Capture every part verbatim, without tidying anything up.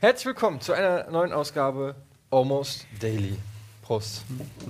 Herzlich willkommen zu einer neuen Ausgabe Almost Daily. Prost.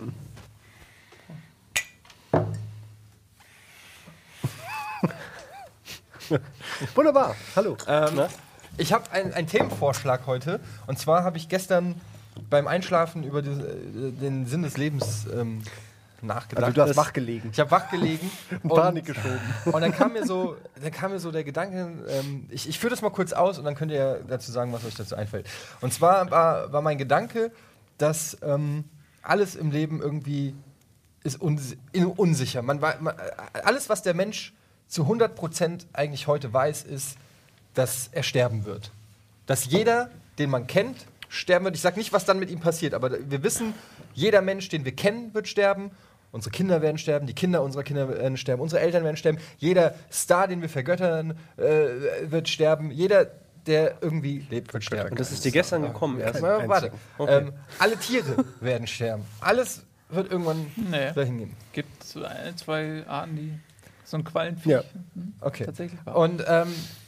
Wunderbar, hallo. Ähm, ich habe einen, einen Themenvorschlag heute. Und zwar habe ich gestern beim Einschlafen über die, den Sinn des Lebens ähm, nachgedacht. Also du hast wach gelegen. Ich habe wach gelegen. In Panik geschoben. Und dann kam mir so, dann kam mir so der Gedanke, ähm, ich, ich führe das mal kurz aus und dann könnt ihr dazu sagen, was euch dazu einfällt. Und zwar war, war mein Gedanke, dass ähm, alles im Leben irgendwie ist uns, unsicher. Man, man, alles, was der Mensch zu hundert Prozent eigentlich heute weiß, ist, dass er sterben wird. Dass jeder, den man kennt, sterben wird. Ich sage nicht, was dann mit ihm passiert, aber wir wissen, jeder Mensch, den wir kennen, wird sterben. Unsere Kinder werden sterben, die Kinder unserer Kinder werden sterben, unsere Eltern werden sterben. Jeder Star, den wir vergöttern, äh, wird sterben. Jeder, der irgendwie lebt, wird sterben. Und das ist dir gestern gekommen erst? Mal, warte. Okay. Ähm, alle Tiere werden sterben. Alles wird irgendwann nee. dahin gehen. Gibt es ein, zwei Arten, die so ein Quallenviech Ja. hm, Okay. tatsächlich war. Und ähm,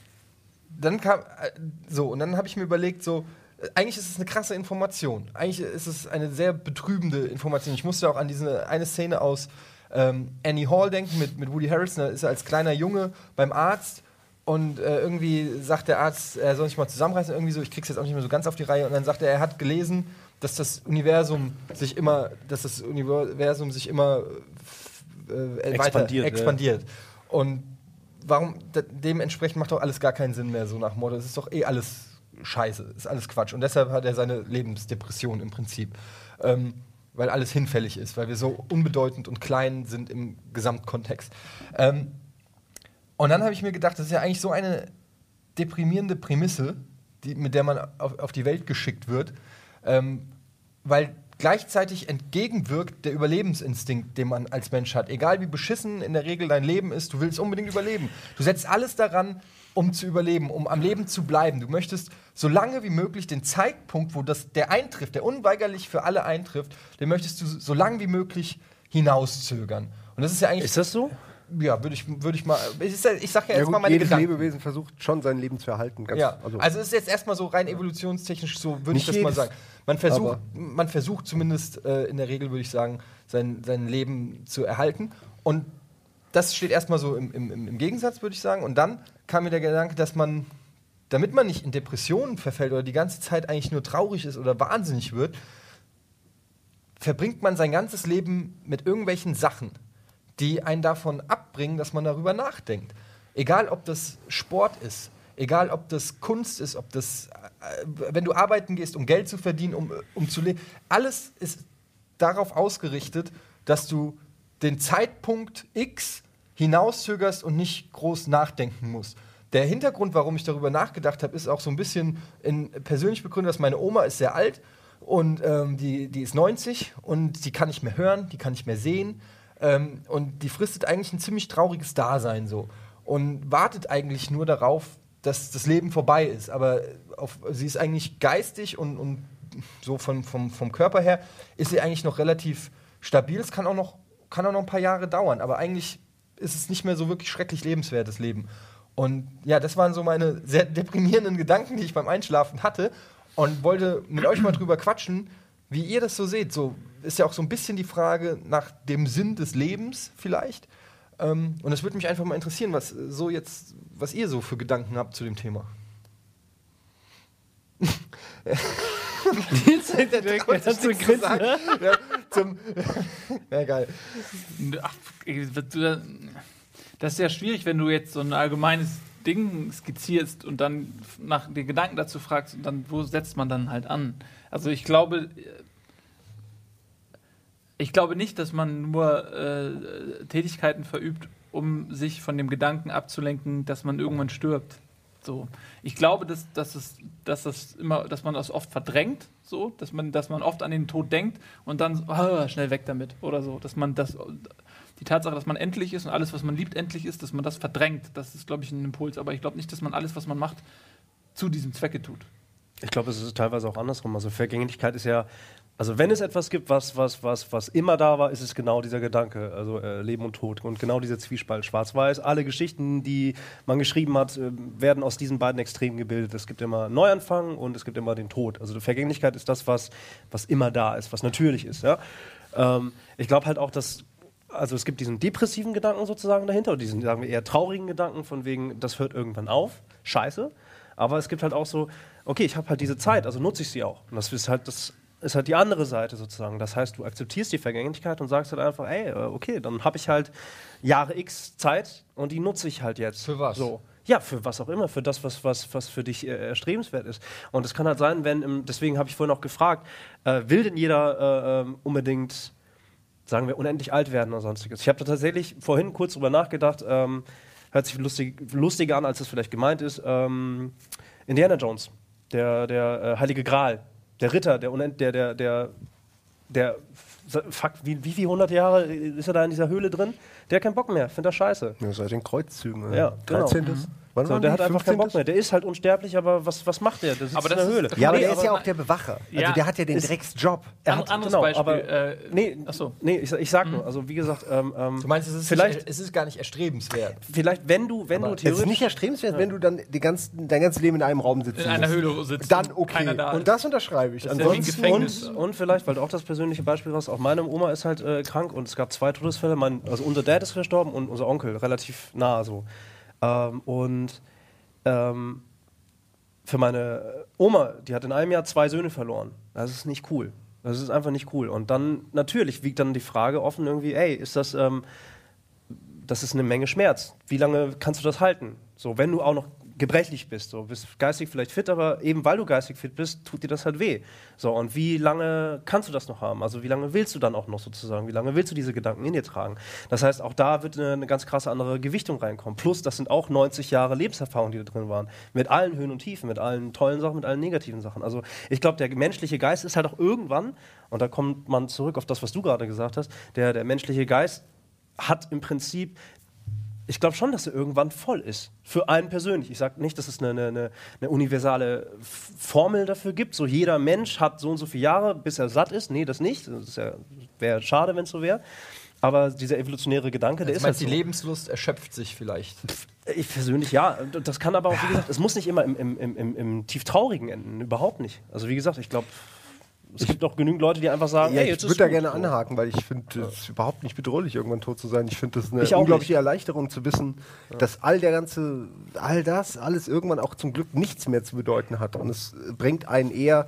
dann kam äh, so und dann habe ich mir überlegt, so äh, eigentlich ist es eine krasse Information. Eigentlich ist es eine sehr betrübende Information. Ich musste auch an diese eine Szene aus ähm, Annie Hall denken mit, mit Woody Harrelson. Da ist er als kleiner Junge beim Arzt und äh, irgendwie sagt der Arzt, er soll sich mal zusammenreißen. Irgendwie so, ich krieg's jetzt auch nicht mehr so ganz auf die Reihe. Und dann sagt er, er hat gelesen, dass das Universum sich immer, dass das Universum sich immer äh, Expandiert, weiter expandiert. Ja. Und warum, de- dementsprechend macht doch alles gar keinen Sinn mehr, so nach Motto. Es ist doch eh alles Scheiße, ist alles Quatsch. Und deshalb hat er seine Lebensdepression im Prinzip. Ähm, weil alles hinfällig ist, weil wir so unbedeutend und klein sind im Gesamtkontext. Ähm, und dann habe ich mir gedacht, das ist ja eigentlich so eine deprimierende Prämisse, die, mit der man auf, auf die Welt geschickt wird, ähm, weil gleichzeitig entgegenwirkt der Überlebensinstinkt, den man als Mensch hat. Egal wie beschissen in der Regel dein Leben ist, du willst unbedingt überleben. Du setzt alles daran, um zu überleben, um am Leben zu bleiben. Du möchtest so lange wie möglich den Zeitpunkt, wo das, der eintrifft, der unweigerlich für alle eintrifft, den möchtest du so lange wie möglich hinauszögern. Und das ist ja eigentlich... Ist das so? Ja, würde ich, würd ich mal... Ich, ich sag ja Ja, jetzt gut, mal meine jedes Gedanken. Lebewesen versucht schon sein Leben zu erhalten. Ganz, Ja, also, also es ist jetzt erstmal so rein evolutionstechnisch, so würde ich Nicht das mal jedes, sagen. Man versucht, aber- man versucht zumindest äh, in der Regel, würde ich sagen, sein, sein Leben zu erhalten. Und das steht erstmal so im, im, im Gegensatz, würde ich sagen. Und dann kam mir der Gedanke, dass man, damit man nicht in Depressionen verfällt oder die ganze Zeit eigentlich nur traurig ist oder wahnsinnig wird, verbringt man sein ganzes Leben mit irgendwelchen Sachen, die einen davon abbringen, dass man darüber nachdenkt. Egal, ob das Sport ist, egal, ob das Kunst ist, ob das, äh, wenn du arbeiten gehst, um Geld zu verdienen, um, um zu leben, alles ist darauf ausgerichtet, dass du den Zeitpunkt X hinauszögerst und nicht groß nachdenken musst. Der Hintergrund, warum ich darüber nachgedacht habe, ist auch so ein bisschen in, persönlich begründet, dass meine Oma ist sehr alt und ähm, die, die ist neunzig und die kann nicht mehr hören, die kann nicht mehr sehen. Ähm, und die fristet eigentlich ein ziemlich trauriges Dasein so und wartet eigentlich nur darauf, dass das Leben vorbei ist. Aber auf, sie ist eigentlich geistig und, und so von, vom, vom Körper her ist sie eigentlich noch relativ stabil. Es kann auch noch, kann auch noch ein paar Jahre dauern, aber eigentlich ist es nicht mehr so wirklich schrecklich lebenswert, das Leben. Und ja, das waren so meine sehr deprimierenden Gedanken, die ich beim Einschlafen hatte und wollte mit euch mal drüber quatschen, wie ihr das so seht. So ist ja auch so ein bisschen die Frage nach dem Sinn des Lebens vielleicht. Ähm, und es würde mich einfach mal interessieren, was so jetzt, was ihr so für Gedanken habt zu dem Thema. Jetzt hat der kurz Hast du nichts zu Grinsen, sagen. Ja, zum ja, geil. Ach, du- das ist ja schwierig, wenn du jetzt so ein allgemeines Ding skizzierst und dann nach den Gedanken dazu fragst und dann, wo setzt man dann halt an? Also ich glaube, ich glaube nicht, dass man nur äh, Tätigkeiten verübt, um sich von dem Gedanken abzulenken, dass man irgendwann stirbt. So. Ich glaube, dass, dass, es, dass, das immer, dass man das oft verdrängt, so, dass man, dass man oft an den Tod denkt und dann so, ah, schnell weg damit oder so. Dass man das, die Tatsache, dass man endlich ist und alles, was man liebt, endlich ist, dass man das verdrängt. Das ist, glaube ich, ein Impuls. Aber ich glaube nicht, dass man alles, was man macht, zu diesem Zwecke tut. Ich glaube, es ist teilweise auch andersrum. Also Vergänglichkeit ist ja Also wenn es etwas gibt, was, was, was, was immer da war, ist es genau dieser Gedanke, also äh, Leben und Tod und genau dieser Zwiespalt, schwarz-weiß. Alle Geschichten, die man geschrieben hat, äh, werden aus diesen beiden Extremen gebildet. Es gibt immer Neuanfang und es gibt immer den Tod. Also die Vergänglichkeit ist das, was, was immer da ist, was natürlich ist. Ja? Ähm, ich glaube halt auch, dass also es gibt diesen depressiven Gedanken sozusagen dahinter, oder diesen, sagen wir, eher traurigen Gedanken, von wegen, das hört irgendwann auf, scheiße. Aber es gibt halt auch so, okay, ich habe halt diese Zeit, also nutze ich sie auch. Und das ist halt das ist halt die andere Seite sozusagen. Das heißt, du akzeptierst die Vergänglichkeit und sagst halt einfach, ey, okay, dann habe ich halt Jahre X Zeit und die nutze ich halt jetzt. Für was? So. Ja, für was auch immer, für das, was, was, was für dich äh, erstrebenswert ist. Und es kann halt sein, wenn, im, deswegen habe ich vorhin auch gefragt, äh, will denn jeder äh, unbedingt, sagen wir, unendlich alt werden oder sonstiges? Ich habe da tatsächlich vorhin kurz drüber nachgedacht, ähm, hört sich lustig, lustiger an, als es vielleicht gemeint ist, ähm, Indiana Jones, der, der äh, Heilige Gral. Der Ritter, der unend, der, der, der, der, fuck, wie, wie viele hundert Jahre ist er da in dieser Höhle drin? Der hat keinen Bock mehr, findet das scheiße. Ja, seit den Kreuzzügen. Ja, genau. dreizehntes Wann So, waren der die? hat einfach keinen Bock fünfzehntes? mehr. Der ist halt unsterblich, aber was, was macht der? Der sitzt Aber in das der Höhle. ist- Ja, aber Nee, der ist aber ja ma- auch der Bewacher. Also Ja, der hat ja den ist- Drecksjob. Er An- hat, anderes genau, Beispiel. aber, äh, nee, achso. nee, ich, ich sag nur, also wie gesagt, ähm, ähm, Du meinst, es ist, vielleicht, nicht, es ist gar nicht erstrebenswert. vielleicht, wenn du, wenn du Es ist theoretisch nicht erstrebenswert, wenn du dann die ganzen, dein ganzes Leben in einem Raum sitzt. In einer Höhle sitzt Dann und okay. keiner da Und ist. das unterschreibe ich. Das ist ja wie ein Ansonsten Gefängnis. Und, und vielleicht, weil du auch das persönliche Beispiel hast, auch meine Oma ist halt äh, krank und es gab zwei Todesfälle. Mein, also unser Dad ist verstorben und unser Onkel, relativ nah so. Ähm, und ähm, für meine Oma, die hat in einem Jahr zwei Söhne verloren. Das ist nicht cool. Das ist einfach nicht cool. Und dann, natürlich, wiegt dann die Frage offen irgendwie, ey, ist das, ähm, das ist eine Menge Schmerz. Wie lange kannst du das halten? So, wenn du auch noch gebrechlich bist, so, bist geistig vielleicht fit, aber eben weil du geistig fit bist, tut dir das halt weh. So, und wie lange kannst du das noch haben? Also wie lange willst du dann auch noch sozusagen? Wie lange willst du diese Gedanken in dir tragen? Das heißt, auch da wird eine, eine ganz krasse andere Gewichtung reinkommen. Plus, das sind auch neunzig Jahre Lebenserfahrung, die da drin waren. Mit allen Höhen und Tiefen, mit allen tollen Sachen, mit allen negativen Sachen. Also ich glaube, der menschliche Geist ist halt auch irgendwann, und da kommt man zurück auf das, was du gerade gesagt hast, der, der menschliche Geist hat im Prinzip, ich glaube schon, dass er irgendwann voll ist. Für einen persönlich. Ich sage nicht, dass es eine, eine, eine universale F- Formel dafür gibt. So jeder Mensch hat so und so viele Jahre, bis er satt ist. Nee, das nicht. Das ja, wäre schade, wenn es so wäre. Aber dieser evolutionäre Gedanke, der Du ist halt meinst, die so. Lebenslust erschöpft sich vielleicht. Ich persönlich ja. Das kann aber auch, wie gesagt, es muss nicht immer im, im, im, im, im tieftraurigen enden. Überhaupt nicht. Also wie gesagt, ich glaube, es gibt auch genügend Leute, die einfach sagen, Ja, hey, ich jetzt ist würde da gut. gerne So. anhaken, weil ich finde es überhaupt nicht bedrohlich, irgendwann tot zu sein. Ich finde das eine Ich auch unglaubliche nicht. Erleichterung zu wissen, dass all der ganze, all das, alles irgendwann auch zum Glück nichts mehr zu bedeuten hat. Und es äh, bringt einen eher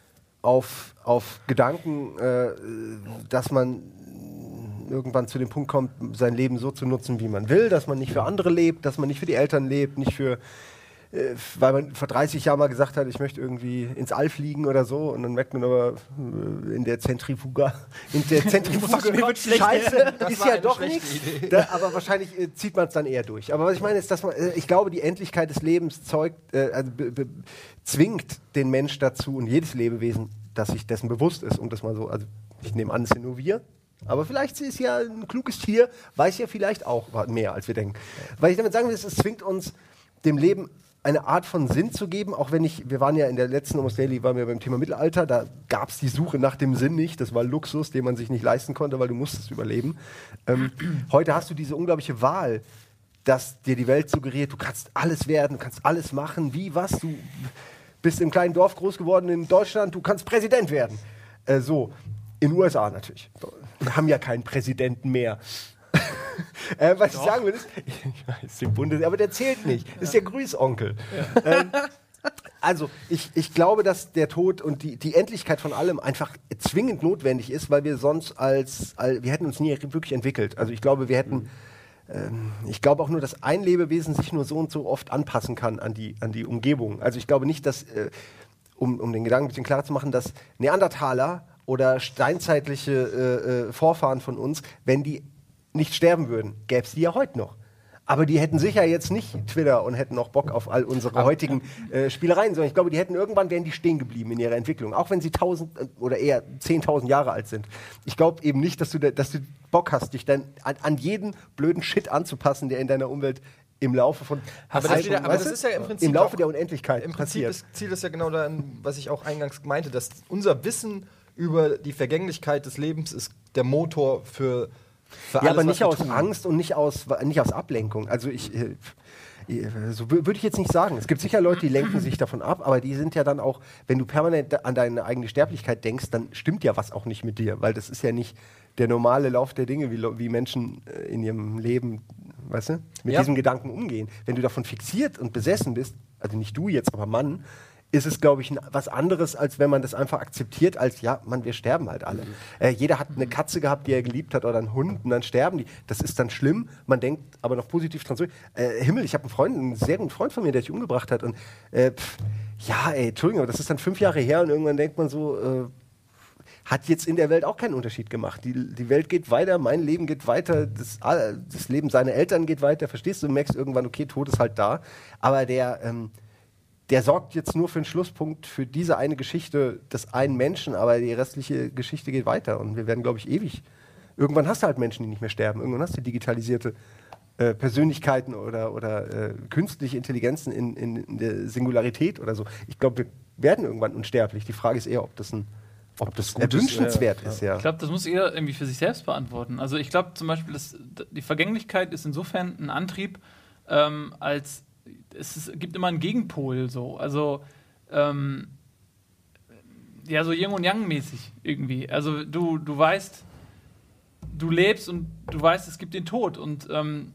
auf, auf Gedanken, äh, dass man irgendwann zu dem Punkt kommt, sein Leben so zu nutzen, wie man will, dass man nicht für andere lebt, dass man nicht für die Eltern lebt, nicht für äh, weil man vor dreißig Jahren mal gesagt hat, ich möchte irgendwie ins All fliegen oder so, und dann merkt man aber äh, in der Zentrifuga, in der Zentrifuge, Mir wird schlecht. Scheiße, Das ist war ja eine doch schlechte nichts. Idee. Da, aber wahrscheinlich äh, zieht man es dann eher durch. Aber was ich meine ist, dass man, äh, ich glaube, die Endlichkeit des Lebens zeugt, äh, also be, be, zwingt den Mensch dazu und jedes Lebewesen, dass sich dessen bewusst ist, um das mal so, also ich nehme an, es sind nur wir. Aber vielleicht ist ja ein kluges Tier, weiß ja vielleicht auch mehr, als wir denken. Weil ich damit sagen will, es zwingt uns, dem Leben eine Art von Sinn zu geben, auch wenn ich, wir waren ja in der letzten Almost Daily, waren wir beim Thema Mittelalter, da gab es die Suche nach dem Sinn nicht, das war Luxus, den man sich nicht leisten konnte, weil du musstest überleben. Ähm, heute hast du diese unglaubliche Wahl, dass dir die Welt suggeriert, du kannst alles werden, du kannst alles machen, wie, was, du bist im kleinen Dorf groß geworden in Deutschland, du kannst Präsident werden. Äh, so, in den U S A natürlich. Wir haben ja keinen Präsidenten mehr. äh, was Doch. ich sagen will, ist, ich weiß, den Bundes, aber der zählt nicht. Das ist der Grüßonkel. Ja. Ähm, also, ich, ich glaube, dass der Tod und die, die Endlichkeit von allem einfach zwingend notwendig ist, weil wir sonst als, als wir hätten uns nie wirklich entwickelt. Also ich glaube, wir hätten, ähm, ich glaube auch nur, dass ein Lebewesen sich nur so und so oft anpassen kann an die, an die Umgebung. Also ich glaube nicht, dass, äh, um, um den Gedanken ein bisschen klarer zu machen, dass Neandertaler oder steinzeitliche äh, äh, Vorfahren von uns, wenn die nicht sterben würden, gäbe es die ja heute noch. Aber die hätten sicher jetzt nicht Twitter und hätten auch Bock auf all unsere Aber, heutigen äh, Spielereien, sondern ich glaube, die hätten irgendwann, wären die stehen geblieben in ihrer Entwicklung, auch wenn sie tausend äh, oder eher zehntausend Jahre alt sind. Ich glaube eben nicht, dass du, da, dass du Bock hast, dich dann an, an jeden blöden Shit anzupassen, der in deiner Umwelt im Laufe von aber das, wieder, aber das ist ja im Prinzip im Laufe der Unendlichkeit im Prinzip passiert. ist, zielt das ja genau daran, was ich auch eingangs meinte, dass unser Wissen über die Vergänglichkeit des Lebens ist der Motor für, für ja, alles, aber nicht was aus wir tun. Angst und nicht aus, nicht aus Ablenkung. Also ich, äh, so würde ich jetzt nicht sagen. Es gibt sicher Leute, die lenken sich davon ab, aber die sind ja dann auch, wenn du permanent an deine eigene Sterblichkeit denkst, dann stimmt ja was auch nicht mit dir, weil das ist ja nicht der normale Lauf der Dinge, wie, wie Menschen in ihrem Leben, weißt du, mit ja. diesem Gedanken umgehen. Wenn du davon fixiert und besessen bist, also nicht du jetzt, aber Mann, ist es, glaube ich, was anderes, als wenn man das einfach akzeptiert, als, ja, Mann, wir sterben halt alle. Mhm. Äh, jeder hat eine Katze gehabt, die er geliebt hat, oder einen Hund, und dann sterben die. Das ist dann schlimm, man denkt aber noch positiv dran zurück. Äh, Himmel, ich habe einen Freund, einen sehr guten Freund von mir, der sich umgebracht hat, und äh, pff, ja, ey, Entschuldigung, aber das ist dann fünf Jahre her, und irgendwann denkt man so, äh, hat jetzt in der Welt auch keinen Unterschied gemacht. Die, die Welt geht weiter, mein Leben geht weiter, das, das Leben seiner Eltern geht weiter, verstehst du? Du merkst irgendwann, okay, Tod ist halt da, aber der... Ähm, der sorgt jetzt nur für einen Schlusspunkt für diese eine Geschichte des einen Menschen, aber die restliche Geschichte geht weiter und wir werden, glaube ich, ewig. Irgendwann hast du halt Menschen, die nicht mehr sterben. Irgendwann hast du digitalisierte äh, Persönlichkeiten oder, oder äh, künstliche Intelligenzen in, in, in der Singularität oder so. Ich glaube, wir werden irgendwann unsterblich. Die Frage ist eher, ob das ein ob das erwünschenswert ist, ja. Ich glaube, das muss jeder irgendwie für sich selbst beantworten. Also ich glaube zum Beispiel, dass die Vergänglichkeit ist insofern ein Antrieb, ähm, als es ist, gibt immer einen Gegenpol, so. Also, ähm, ja, so Yin und Yang mäßig irgendwie. Also, du, du weißt, du lebst und du weißt, es gibt den Tod. Und, ähm,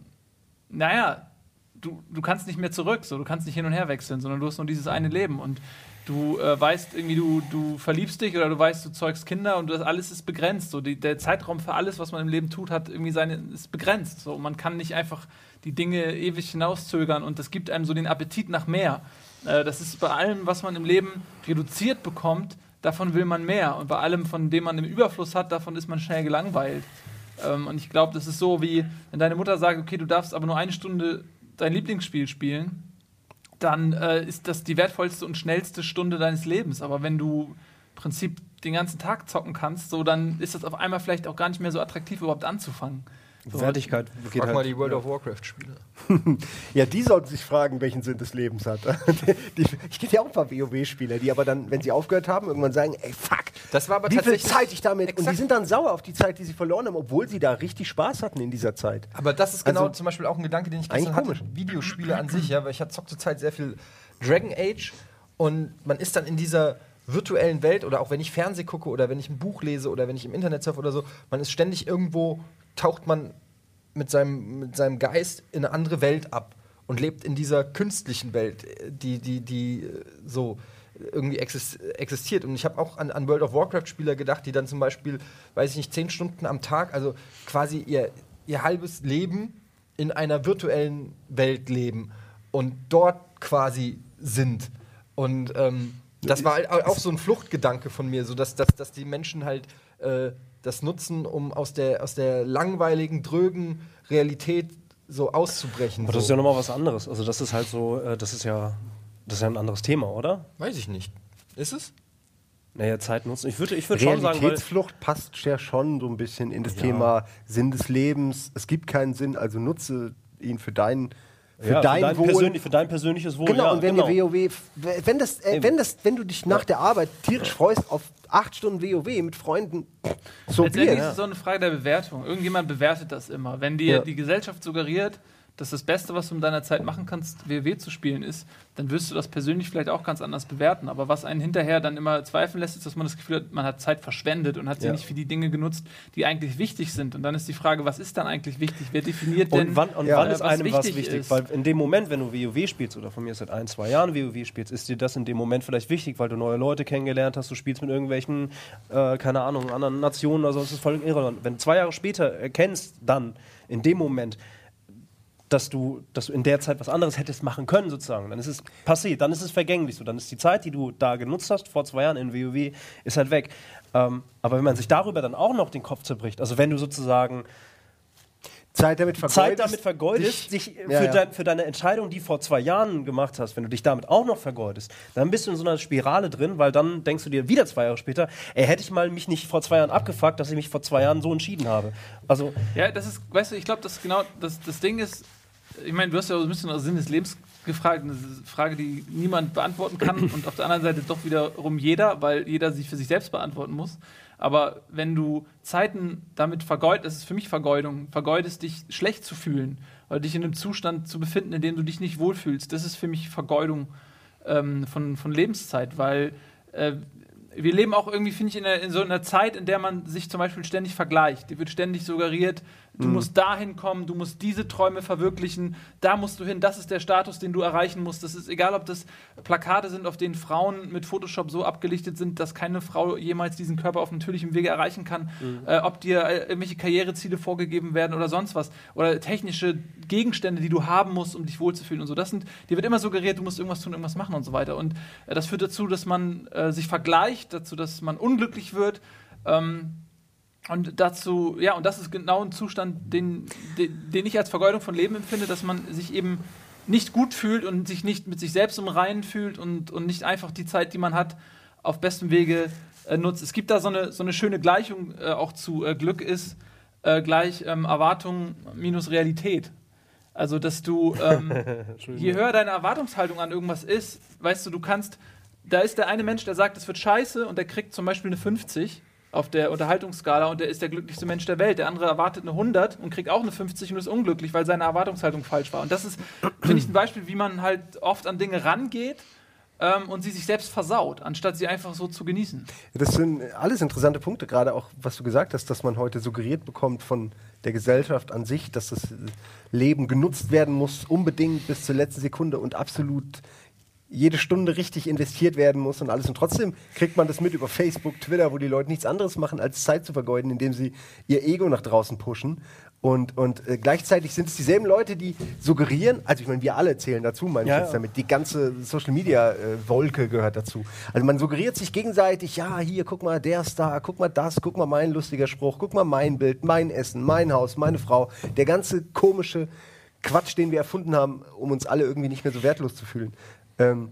naja, du, du kannst nicht mehr zurück, so. Du kannst nicht hin und her wechseln, sondern du hast nur dieses eine Leben. Und du äh, weißt irgendwie, du, du verliebst dich oder du weißt, du zeugst Kinder und das alles ist begrenzt. So. Die, der Zeitraum für alles, was man im Leben tut, hat irgendwie seine, ist begrenzt. So. Man kann nicht einfach die Dinge ewig hinauszögern und das gibt einem so den Appetit nach mehr. Äh, das ist bei allem, was man im Leben reduziert bekommt, davon will man mehr. Und bei allem, von dem man im Überfluss hat, davon ist man schnell gelangweilt. Ähm, und ich glaube, das ist so, wie wenn deine Mutter sagt, okay, du darfst aber nur eine Stunde dein Lieblingsspiel spielen, dann äh, ist das die wertvollste und schnellste Stunde deines Lebens. Aber wenn du im Prinzip den ganzen Tag zocken kannst, so, dann ist das auf einmal vielleicht auch gar nicht mehr so attraktiv, überhaupt anzufangen. So. Wertigkeit geht Frag halt, mal die World ja. of Warcraft-Spieler. Ja, die sollten sich fragen, welchen Sinn des Lebens hat. die, ich kenne ja auch ein paar WoW-Spieler, die aber dann, wenn sie aufgehört haben, irgendwann sagen, ey, fuck, das war aber wie viel tatsächlich Zeit ich damit... Und exakt. die sind dann sauer auf die Zeit, die sie verloren haben, obwohl sie da richtig Spaß hatten in dieser Zeit. Aber das ist genau Also, zum Beispiel auch ein Gedanke, den ich eigentlich gestern hatte. komisch. Videospiele an sich, ja, weil ich zocke zurzeit sehr viel Dragon Age und man ist dann in dieser virtuellen Welt oder auch wenn ich Fernseh gucke oder wenn ich ein Buch lese oder wenn ich im Internet surfe oder so, man ist ständig irgendwo, taucht man mit seinem, mit seinem Geist in eine andere Welt ab und lebt in dieser künstlichen Welt, die, die, die so irgendwie existiert. Und ich habe auch an, an World of Warcraft-Spieler gedacht, die dann zum Beispiel, weiß ich nicht, zehn Stunden am Tag, also quasi ihr, ihr halbes Leben in einer virtuellen Welt leben und dort quasi sind. Und ähm, das war halt auch so ein Fluchtgedanke von mir, so dass, dass, dass die Menschen halt äh, das nutzen, um aus der, aus der langweiligen, drögen Realität so auszubrechen. Aber so. das ist ja nochmal was anderes. Also das ist halt so, äh, das ist ja, das ist ja ein anderes Thema, oder? Weiß ich nicht. Ist es? Naja, Zeit nutzen. Ich würde ich würd schon sagen, weil Realitätsflucht passt ja schon so ein bisschen in das Ja. Thema Sinn des Lebens. Es gibt keinen Sinn, also nutze ihn für deinen für ja, dein für, dein Wohl. persönlich, für dein persönliches Wohl. Genau, ja, und wenn genau. ihr WoW, wenn das, äh, wenn das, wenn du dich nach der Arbeit tierisch freust auf acht Stunden WoW mit Freunden, so Letztendlich Bier. ist es so eine Frage der Bewertung. Irgendjemand bewertet das immer. Wenn dir Ja. die Gesellschaft suggeriert, dass das Beste, was du in deiner Zeit machen kannst, WoW zu spielen ist, dann wirst du das persönlich vielleicht auch ganz anders bewerten. Aber was einen hinterher dann immer zweifeln lässt, ist, dass man das Gefühl hat, man hat Zeit verschwendet und hat sie Ja. nicht für die Dinge genutzt, die eigentlich wichtig sind. Und dann ist die Frage, was ist dann eigentlich wichtig? Wer definiert denn, Und wann, und Ja. wann äh, ist einem was wichtig? ist? Weil in dem Moment, wenn du WoW spielst oder von mir seit ein, zwei Jahren WoW spielst, ist dir das in dem Moment vielleicht wichtig, weil du neue Leute kennengelernt hast, du spielst mit irgendwelchen, äh, keine Ahnung, anderen Nationen oder so, das ist voll irrelevant. Wenn du zwei Jahre später erkennst, dann in dem Moment, dass du, dass du in der Zeit was anderes hättest machen können, sozusagen. Dann ist es passé, dann ist es vergänglich. So. Dann ist die Zeit, die du da genutzt hast, vor zwei Jahren in WoW, ist halt weg. Ähm, aber wenn man sich darüber dann auch noch den Kopf zerbricht, also wenn du sozusagen Zeit damit vergeudest. Zeit damit vergeudest, dich- sich Ja, für, ja. Dein, für deine Entscheidung, die vor zwei Jahren gemacht hast, wenn du dich damit auch noch vergeudest, dann bist du in so einer Spirale drin, weil dann denkst du dir wieder zwei Jahre später, ey, hätte ich mal mich nicht vor zwei Jahren abgefuckt, dass ich mich vor zwei Jahren so entschieden habe. Also, Ja, das ist, weißt du, ich glaube, das genau, das, das Ding ist, ich meine, du hast ja so ein bisschen den Sinn des Lebens gefragt, eine Frage, die niemand beantworten kann und auf der anderen Seite doch wiederum jeder, weil jeder sie für sich selbst beantworten muss. Aber wenn du Zeiten damit vergeudest, das ist für mich Vergeudung, vergeudest, dich schlecht zu fühlen oder dich in einem Zustand zu befinden, in dem du dich nicht wohlfühlst, das ist für mich Vergeudung ähm, von, von Lebenszeit, weil äh, wir leben auch irgendwie, finde ich, in, einer, in so einer Zeit, in der man sich zum Beispiel ständig vergleicht. Dir wird ständig suggeriert, du mhm. musst dahin kommen, du musst diese Träume verwirklichen, da musst du hin, das ist der Status, den du erreichen musst. Das ist egal, ob das Plakate sind, auf denen Frauen mit Photoshop so abgelichtet sind, dass keine Frau jemals diesen Körper auf natürlichem Wege erreichen kann, mhm. äh, ob dir äh, irgendwelche Karriereziele vorgegeben werden oder sonst was. Oder technische Gegenstände, die du haben musst, um dich wohlzufühlen und so. Das sind, dir wird immer suggeriert, du musst irgendwas tun, irgendwas machen und so weiter. Und äh, das führt dazu, dass man äh, sich vergleicht, dazu, dass man unglücklich wird. Ähm, und dazu, ja, und das ist genau ein Zustand, den, den, den ich als Vergeudung von Leben empfinde, dass man sich eben nicht gut fühlt und sich nicht mit sich selbst im Reinen fühlt und, und nicht einfach die Zeit, die man hat, auf bestem Wege äh, nutzt. Es gibt da so eine, so eine schöne Gleichung äh, auch zu äh, Glück ist äh, gleich ähm, Erwartung minus Realität. Also, dass du, ähm, je höher deine Erwartungshaltung an irgendwas ist, weißt du, du kannst, da ist der eine Mensch, der sagt, es wird scheiße und der kriegt zum Beispiel eine fünfzig auf der Unterhaltungsskala und der ist der glücklichste Mensch der Welt. Der andere erwartet eine hundert und kriegt auch eine fünfzig und ist unglücklich, weil seine Erwartungshaltung falsch war. Und das ist, finde ich, ein Beispiel, wie man halt oft an Dinge rangeht ähm, und sie sich selbst versaut, anstatt sie einfach so zu genießen. Das sind alles interessante Punkte, gerade auch, was du gesagt hast, dass man heute suggeriert bekommt von der Gesellschaft an sich, dass das Leben genutzt werden muss, unbedingt bis zur letzten Sekunde und absolut jede Stunde richtig investiert werden muss und alles. Und trotzdem kriegt man das mit über Facebook, Twitter, wo die Leute nichts anderes machen, als Zeit zu vergeuden, indem sie ihr Ego nach draußen pushen. Und, und äh, gleichzeitig sind es dieselben Leute, die suggerieren, also ich meine, wir alle zählen dazu, meine ja, ich jetzt ja. damit, die ganze Social-Media-Wolke äh, gehört dazu. Also man suggeriert sich gegenseitig, ja, hier, guck mal, der Star, guck mal das, guck mal mein lustiger Spruch, guck mal mein Bild, mein Essen, mein Haus, meine Frau, der ganze komische Quatsch, den wir erfunden haben, um uns alle irgendwie nicht mehr so wertlos zu fühlen. Ähm,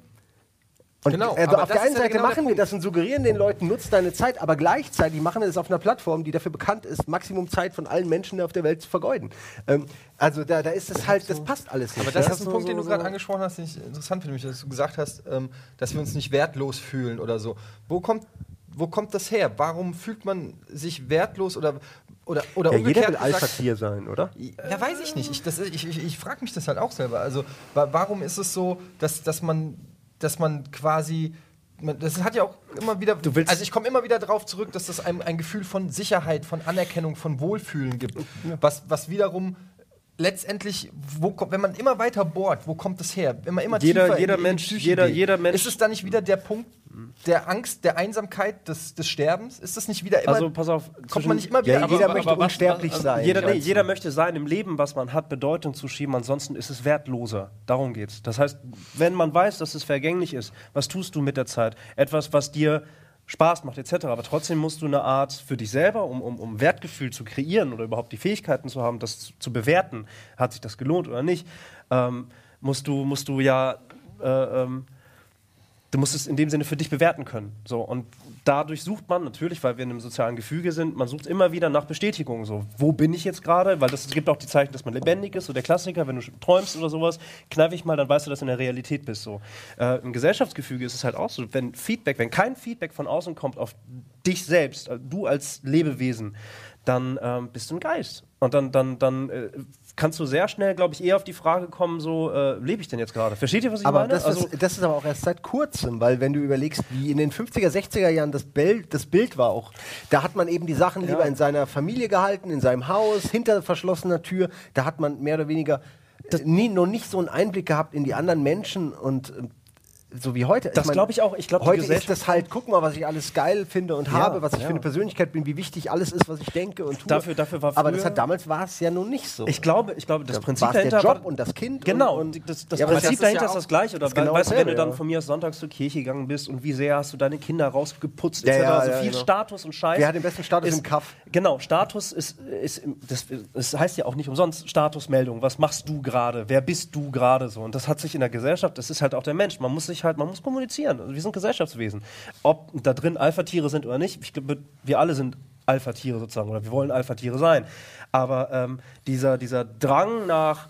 und genau, äh, aber auf das der einen ist ja Seite genau der machen wir das und suggerieren den Leuten, nutzt deine Zeit, aber gleichzeitig machen wir das auf einer Plattform, die dafür bekannt ist, Maximum Zeit von allen Menschen auf der Welt zu vergeuden. Ähm, also da, da ist es halt, das passt alles nicht. Aber das ja? ist ein so, Punkt, so, den du so. gerade angesprochen hast, den ich interessant finde, dass du gesagt hast, ähm, dass wir uns nicht wertlos fühlen oder so. Wo kommt, wo kommt das her? Warum fühlt man sich wertlos oder Oder, oder Ja, umgekehrt jeder will gesagt, Alpha-Tier sein, oder? Ja, weiß ich nicht. Ich, das- ich, ich, ich frage mich das halt auch selber. Also, wa warum ist es so, dass, dass, man, dass man quasi. Man, das hat ja auch immer wieder. Du willst- also, ich komme immer wieder darauf zurück, dass das einem ein Gefühl von Sicherheit, von Anerkennung, von Wohlfühlen gibt. Was, was wiederum. Letztendlich, wo, kommt- wenn man immer weiter bohrt, wo kommt das her? Wenn man immer Jeder- tiefer jeder in, in die Mensch- Psyche jeder- geht, jeder Mensch- ist es dann nicht wieder der Punkt der Angst, der Einsamkeit, des, des Sterbens? Ist das nicht wieder immer? Also pass auf, kommt man nicht immer wieder? Ja, aber- jeder aber- möchte aber was- unsterblich was- sein. Jeder, nee, meinst du? jeder möchte seinem Leben, was man hat, Bedeutung zuschieben, ansonsten ist es wertloser. Darum geht's. Das heißt, wenn man weiß, dass es vergänglich ist, was tust du mit der Zeit? Etwas, was dir Spaß macht, et cetera. Aber trotzdem musst du eine Art für dich selber, um, um, um Wertgefühl zu kreieren oder überhaupt die Fähigkeiten zu haben, das zu, zu bewerten, hat sich das gelohnt oder nicht, ähm, musst, du, musst du ja, äh, ähm, du musst es in dem Sinne für dich bewerten können. So, und dadurch sucht man natürlich, weil wir in einem sozialen Gefüge sind, man sucht immer wieder nach Bestätigung. So, wo bin ich jetzt gerade? Weil das, es gibt auch die Zeichen, dass man lebendig ist. So der Klassiker, wenn du träumst oder sowas, kneif ich mal, dann weißt du, dass du in der Realität bist. So. Äh, Im Gesellschaftsgefüge ist es halt auch so, wenn Feedback, wenn kein Feedback von außen kommt auf dich selbst, äh, du als Lebewesen, dann ähm, bist du ein Geist. Und dann, dann, dann äh, kannst du sehr schnell, glaube ich, eher auf die Frage kommen, so, äh, lebe ich denn jetzt gerade? Versteht ihr, was ich Aber meine? das, Also, ist, das ist aber auch erst seit kurzem, weil wenn du überlegst, wie in den fünfziger, sechziger Jahren das Bild, das Bild war auch, da hat man eben die Sachen lieber in seiner Familie gehalten, in seinem Haus, hinter verschlossener Tür, da hat man mehr oder weniger äh, nie, noch nicht so einen Einblick gehabt in die anderen Menschen und äh, so wie heute. Das mein, glaube ich auch. Ich glaub, die heute ist Gesellschaft- das halt, guck mal, was ich alles geil finde und Ja, habe, was ich ja. für eine Persönlichkeit bin, wie wichtig alles ist, was ich denke und tue. Dafür- dafür war aber das früher- hat, damals war es ja nun nicht so. Ich glaube, ich glaube, das Da Prinzip war es der dahinter Job war, und das Kind. genau, und, und und das, das Ja, aber Prinzip das ist dahinter ja ist auch- das gleiche. Oder das ist genau weißt du, wenn du dasselbe, dann ja. von mir aus sonntags zur Kirche gegangen bist und wie sehr hast du deine Kinder rausgeputzt, Ja, et cetera. ja, Also ja, viel genau. Status und Scheiß. Wer hat den besten Status ist, im Kaff? Genau, Status ist, ist das, das heißt ja auch nicht umsonst Statusmeldung. Was machst du gerade? Wer bist du gerade so? Und das hat sich in der Gesellschaft, das ist halt auch der Mensch. Man muss sich halt, man muss kommunizieren. Also wir sind Gesellschaftswesen. Ob da drin Alpha-Tiere sind oder nicht, ich glaube, wir alle sind Alpha-Tiere sozusagen oder wir wollen Alpha-Tiere sein. Aber ähm, dieser, dieser Drang nach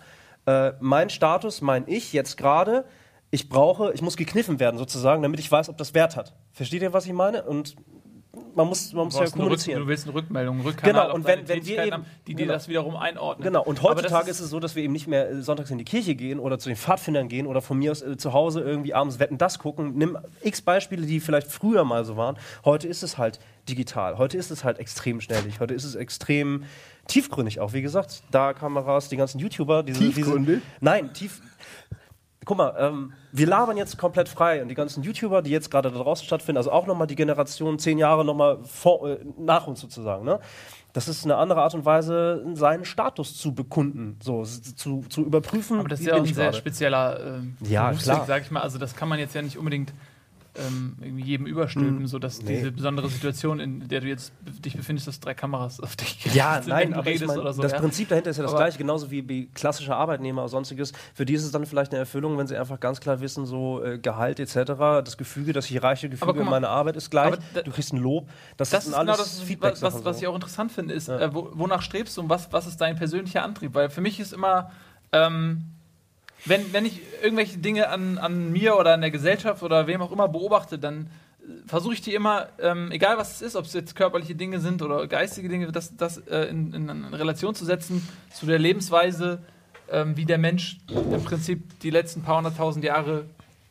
äh, mein Status, mein Ich jetzt gerade, ich brauche, ich muss gekniffen werden sozusagen, damit ich weiß, ob das Wert hat. Versteht ihr, was ich meine? Und man muss, man muss ja kommunizieren. Rück, du willst eine Rückmeldung, einen Rückkanal genau, auf und wenn, deine wenn wir eben, haben, die dir genau. das wiederum einordnen. Genau, und Aber heutzutage das ist es so, dass wir eben nicht mehr äh, sonntags in die Kirche gehen oder zu den Pfadfindern gehen oder von mir aus äh, zu Hause irgendwie abends Wetten, das gucken. Nimm x Beispiele, die vielleicht früher mal so waren. Heute ist es halt digital. Heute ist es halt extrem schnellig. Heute ist es extrem tiefgründig auch. Wie gesagt, da Kameras, die ganzen YouTuber. Diese, Tiefgründig? Diese, nein, tief... Guck mal, ähm, wir labern jetzt komplett frei und die ganzen YouTuber, die jetzt gerade da draußen stattfinden, also auch nochmal die Generation zehn Jahre nochmal äh, nach uns sozusagen, ne? Das ist eine andere Art und Weise, seinen Status zu bekunden, so zu, zu überprüfen. Aber das ist wie ja auch bin ein ich sehr gerade. spezieller ähm, Ja, Berufsweg, klar. sag ich mal. Also das kann man jetzt ja nicht unbedingt ähm, irgendwie jedem überstülpen, Mm, sodass nee. diese besondere Situation, in der du jetzt be- dich befindest, dass drei Kameras auf dich gerichtet Ja, sind, nein, wenn du aber ich redest mein, oder so. das ja. Prinzip dahinter ist ja das Aber- gleiche, genauso wie bei klassischer Arbeitnehmer oder sonstiges. Für die ist es dann vielleicht eine Erfüllung, wenn sie einfach ganz klar wissen, so äh, Gehalt et cetera, das Gefüge, das hierarchische Aber Gefüge guck in mal, meiner Arbeit ist gleich, aber da- du kriegst ein Lob. Das, Das sind ist alles genau das, Feedbacks was, davon was so. ich auch interessant finde, ist, Ja. äh, wo, wonach strebst du und was, was ist dein persönlicher Antrieb? Weil für mich ist immer, ähm, wenn, wenn ich irgendwelche Dinge an, an mir oder an der Gesellschaft oder wem auch immer beobachte, dann äh, versuche ich die immer, ähm, egal was es ist, ob es jetzt körperliche Dinge sind oder geistige Dinge, das, das äh, in, in, in Relation zu setzen zu der Lebensweise, ähm, wie der Mensch im Prinzip die letzten paar hunderttausend Jahre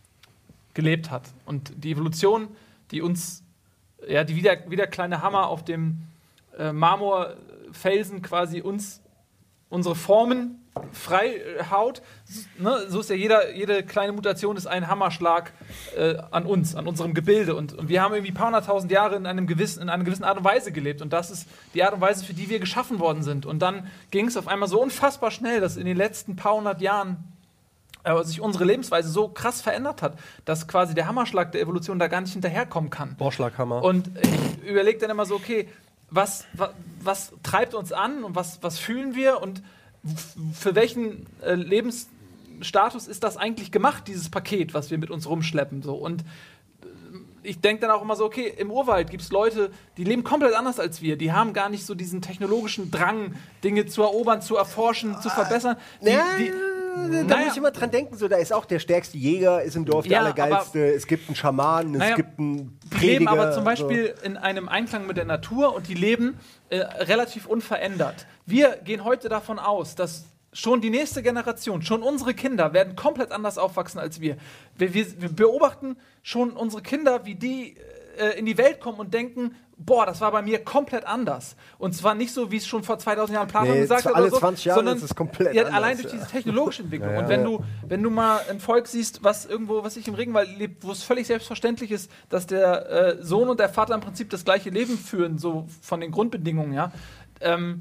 gelebt hat. Und die Evolution, die uns, ja, die wieder, wieder kleine Hammer auf dem äh, Marmorfelsen quasi uns unsere Formen frei äh, haut. Ne? So ist ja jeder, jede kleine Mutation ist ein Hammerschlag äh, an uns, an unserem Gebilde. Und, und wir haben irgendwie ein paar hunderttausend Jahre in, einem gewissen, in einer gewissen Art und Weise gelebt. Und das ist die Art und Weise, für die wir geschaffen worden sind. Und dann ging es auf einmal so unfassbar schnell, dass in den letzten paar hundert Jahren äh, sich unsere Lebensweise so krass verändert hat, dass quasi der Hammerschlag der Evolution da gar nicht hinterherkommen kann. Vorschlaghammer. Und ich überlege dann immer so, okay, was, was, was treibt uns an und was, was fühlen wir und f- für welchen äh, Lebensstatus ist das eigentlich gemacht, dieses Paket, was wir mit uns rumschleppen? So. Und äh, ich denke dann auch immer so, okay, im Urwald gibt es Leute, die leben komplett anders als wir. Die haben gar nicht so diesen technologischen Drang, Dinge zu erobern, zu erforschen, zu verbessern. Die, Ja, die, da naja. muss ich immer dran denken, so, da ist auch der stärkste Jäger, ist im Dorf Ja, der Allergeilste, es gibt einen Schamanen, es Naja, gibt einen Die Prediger. leben aber zum so. Beispiel in einem Einklang mit der Natur und die leben äh, relativ unverändert. Wir gehen heute davon aus, dass schon die nächste Generation, schon unsere Kinder werden komplett anders aufwachsen als wir. Wir, wir, wir beobachten schon unsere Kinder, wie die äh, in die Welt kommen und denken, boah, das war bei mir komplett anders. Und zwar nicht so, wie es schon vor zweitausend Jahren Platon Nee, gesagt zwar hat, alle oder so, zwanzig Jahre sondern ist es komplett ja, anders, allein durch ja. diese technologische Entwicklung. Ja, und wenn ja. du, wenn du mal ein Volk siehst, was irgendwo, was ich im Regenwald lebt, wo es völlig selbstverständlich ist, dass der äh, Sohn und der Vater im Prinzip das gleiche Leben führen, so von den Grundbedingungen, ja. Ähm,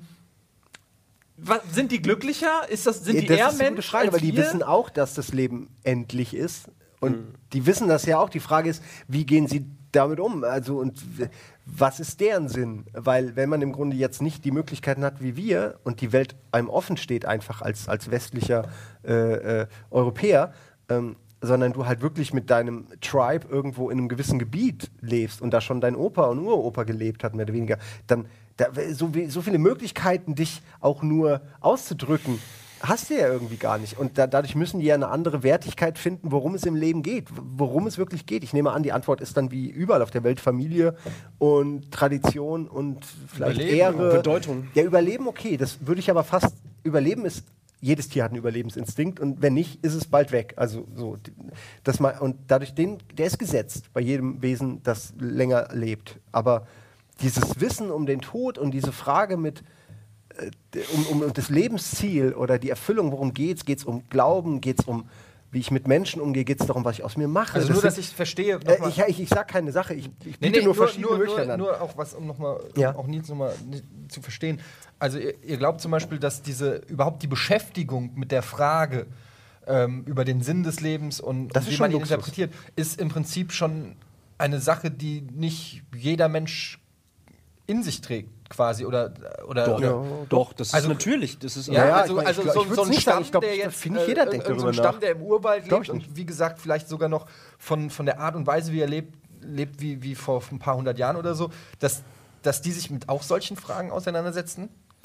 was, sind die glücklicher? Ist das, sind Ja, die das eher ist eine gute Mensch Frage, als weil die wir? wissen auch, dass das Leben endlich ist. Und die wissen das ja auch. Die Frage ist, wie gehen sie damit um? Also, und w- was ist deren Sinn? Weil, wenn man im Grunde jetzt nicht die Möglichkeiten hat wie wir und die Welt einem offen steht, einfach als, als westlicher äh, äh, Europäer, ähm, sondern du halt wirklich mit deinem Tribe irgendwo in einem gewissen Gebiet lebst und da schon dein Opa und Uropa gelebt hat, mehr oder weniger, dann da, so, wie, so viele Möglichkeiten, dich auch nur auszudrücken, hast du ja irgendwie gar nicht. Und da, dadurch müssen die ja eine andere Wertigkeit finden, worum es im Leben geht, w- worum es wirklich geht. Ich nehme an, die Antwort ist dann wie überall auf der Welt Familie und Tradition und vielleicht Überleben, Ehre. Bedeutung. Ja, Überleben, okay. Das würde ich aber fast, Überleben ist, jedes Tier hat einen Überlebensinstinkt und wenn nicht, ist es bald weg. Also so, d- das mal, und dadurch, den, der ist gesetzt bei jedem Wesen, das länger lebt. Aber dieses Wissen um den Tod und diese Frage mit äh, um, um, um das Lebensziel oder die Erfüllung, worum geht's? Geht es um Glauben? Geht es um, wie ich mit Menschen umgehe? Geht es darum, was ich aus mir mache? Also Das nur, sind- dass ich verstehe. äh, ich ich, ich sage keine Sache, ich, ich biete Nee, nee, nur verschiedene nur, Möglichkeiten nur, an. nur auch was, um nochmal, Ja. auch Nils nochmal zu verstehen. Also ihr, ihr glaubt zum Beispiel, dass diese überhaupt die Beschäftigung mit der Frage ähm, über den Sinn des Lebens und, Das und ist wie schon man ihn Luxus. interpretiert, ist im Prinzip schon eine Sache, die nicht jeder Mensch in sich trägt, quasi oder oder, Doch, oder doch, das ist Also- natürlich. Das ist ja, Ja, ja, also, ich mein, also ich glaub- so, ich würd's so ein nicht Stamm, sagen. Ich glaub, der ich- jetzt finde ich, jeder äh, denkt irgend so darüber ein Stamm, nach. der im Urwald Glaub lebt ich nicht. und wie gesagt vielleicht sogar noch von, von der Art und Weise, wie er lebt, lebt wie, wie vor ein paar hundert Jahren oder so, dass, dass die sich mit auch solchen Fragen auseinandersetzen.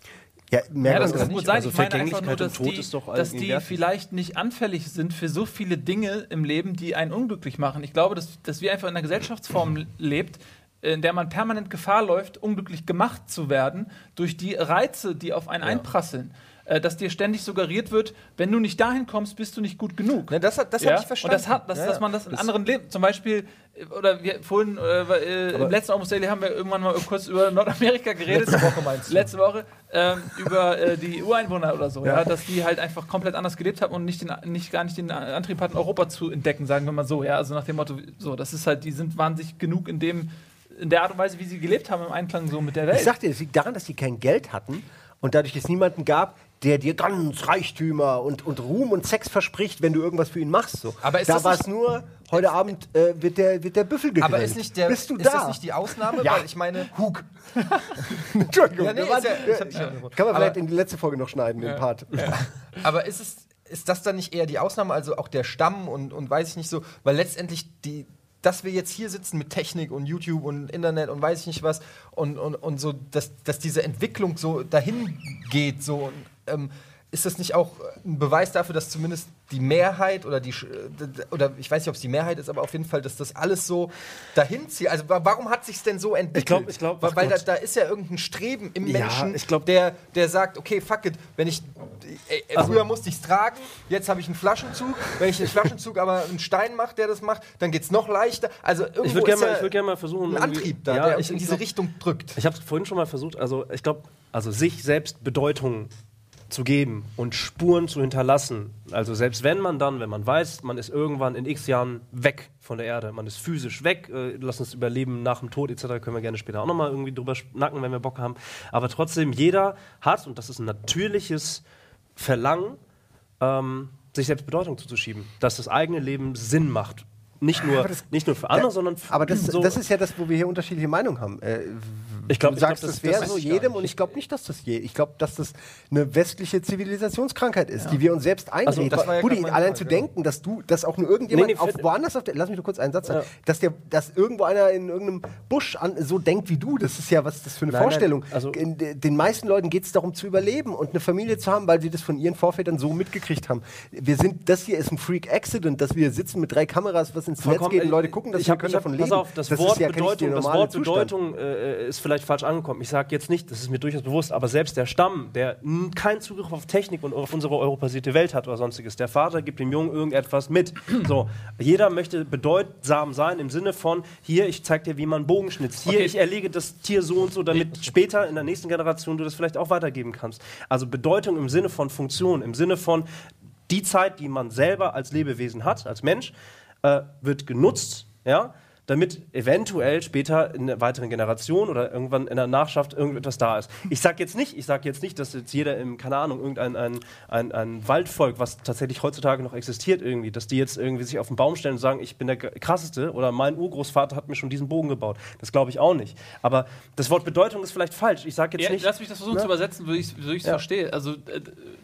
Ja, mehr Ja, das kann kann man gut nicht. sein. Also Ich meine einfach Vergänglichkeit nur, und dass Tod die, ist doch dass die allgegenwärtig. vielleicht nicht anfällig sind für so viele Dinge im Leben, die einen unglücklich machen. Ich glaube, dass, dass wir einfach in einer Gesellschaftsform lebt, in der man permanent Gefahr läuft, unglücklich gemacht zu werden durch die Reize, die auf einen einprasseln. Äh, dass dir ständig suggeriert wird, wenn du nicht dahin kommst, bist du nicht gut genug. Ne, das hat, das Ja? hab ich verstanden. Und das hat, dass, Ja, dass man das in anderen Leben, zum Beispiel, äh, oder wir vorhin, äh, äh, im letzten Almost Daily haben wir irgendwann mal kurz über Nordamerika geredet. Letzte Woche meinst du? Letzte Woche, ähm, über äh, die Ureinwohner oder so, ja. Ja, dass die halt einfach komplett anders gelebt haben und nicht, den, nicht gar nicht den Antrieb hatten, Europa zu entdecken, sagen wir mal so, ja, also nach dem Motto, so, das ist halt, die sind, waren sich genug in dem, in der Art und Weise, wie sie gelebt haben, im Einklang so mit der Welt. Ich sag dir, es liegt daran, dass sie kein Geld hatten und dadurch es niemanden gab, der dir ganz Reichtümer und, und Ruhm und Sex verspricht, wenn du irgendwas für ihn machst. So. Aber ist da das war nicht- es nur, heute Abend äh, wird, der, wird der Büffel gegrillt. Aber ist, nicht der, Bist du ist da? das nicht die Ausnahme? Ja. Weil ich meine, Hug. Entschuldigung, Ja, nee, wir waren- ist ja- ich hab dich unterbrochen. kann man Aber- vielleicht in die letzte Folge noch schneiden, den Part. Aber ist es ist das dann nicht eher die Ausnahme, also auch der Stamm und, und weiß ich nicht so, weil letztendlich die, dass wir jetzt hier sitzen mit Technik und YouTube und Internet und weiß ich nicht was und, und, und so, dass, dass diese Entwicklung so dahin geht, so und, ähm, ist das nicht auch ein Beweis dafür, dass zumindest die Mehrheit oder die, Sch- oder ich weiß nicht, ob es die Mehrheit ist, aber auf jeden Fall, dass das alles so dahin zieht. Also wa- warum hat sich denn so entwickelt? Ich glaub- ich glaub, weil ach weil da, Gott. da ist ja irgendein Streben im Ja, Menschen, ich glaub- der, der sagt, okay, fuck it, wenn ich, äh, äh, Also- früher musste ich es tragen, jetzt habe ich einen Flaschenzug. Wenn ich einen Flaschenzug aber einen Stein mache, der das macht, dann geht es noch leichter. Also irgendwo Ich würde gerne ist mal, ja ich würd gern mal versuchen, ein irgendwie- Antrieb da, ja, der ich, in ich diese glaub, Richtung drückt. Ich habe es vorhin schon mal versucht, also ich glaube, also sich selbst Bedeutung zu geben und Spuren zu hinterlassen. Also selbst wenn man dann, wenn man weiß, man ist irgendwann in x Jahren weg von der Erde, man ist physisch weg, äh, lass uns überleben nach dem Tod et cetera, können wir gerne später auch nochmal irgendwie drüber schnacken, wenn wir Bock haben. Aber trotzdem, jeder hat, und das ist ein natürliches Verlangen, ähm, sich selbst Bedeutung zuzuschieben, dass das eigene Leben Sinn macht. Nicht nur, Aber das- nicht nur für andere, sondern für Aber das, so. das ist ja das, wo wir hier unterschiedliche Meinungen haben. Äh, Ich glaub- du ich sagst, glaub, das das- wäre das so weiß ich gar jedem nicht. und ich glaube nicht, dass das je. Ich glaube, dass das eine westliche Zivilisationskrankheit ist, die wir uns selbst einreden. das war ja Buddy, grad meine allein Frage, zu ja. denken, dass du, dass auch nur irgendjemand Nee, nee, auf fit- woanders auf der, lass mich nur kurz einen Satz sagen, Ja. dass der, dass irgendwo einer in irgendeinem Busch an, so denkt wie du. Das ist ja was ist das für eine Nein, nein, Vorstellung. also- in, de- den meisten Leuten geht es darum zu überleben und eine Familie zu haben, weil sie das von ihren Vorvätern so mitgekriegt haben. Wir sind, das hier ist ein Freak Accident, dass wir sitzen mit drei Kameras, was ins Netz geht und Leute gucken, dass ich wir hab, können ich hab, davon leben. pass auf, das, Das Wort ist ja nicht der Bedeutung, das normale Wort Zustand. Bedeutung äh, ist vielleicht falsch angekommen. Ich sage jetzt nicht, das ist mir durchaus bewusst, aber selbst der Stamm, der n- keinen Zugriff auf Technik und auf unsere europasierte Welt hat oder sonstiges, der Vater gibt dem Jungen irgendetwas mit. So, jeder möchte bedeutsam sein im Sinne von, hier, ich zeig dir, wie man Bogen schnitzt. Hier, Okay. ich erlege das Tier so und so, damit später in der nächsten Generation du das vielleicht auch weitergeben kannst. Also Bedeutung im Sinne von Funktion, im Sinne von die Zeit, die man selber als Lebewesen hat, als Mensch, äh, wird genutzt, ja, damit eventuell später in einer weiteren Generation oder irgendwann in der Nachschaft irgendetwas da ist. Ich sage jetzt nicht, ich sage jetzt nicht, dass jetzt jeder im, keine Ahnung, irgendein ein, ein, ein Waldvolk, was tatsächlich heutzutage noch existiert irgendwie, dass die jetzt irgendwie sich auf den Baum stellen und sagen, ich bin der krasseste oder mein Urgroßvater hat mir schon diesen Bogen gebaut. Das glaube ich auch nicht. Aber das Wort Bedeutung ist vielleicht falsch. Ich sage jetzt Ja, nicht... lass mich das versuchen Ne? zu übersetzen, wie ich es Ja. verstehe. Also äh,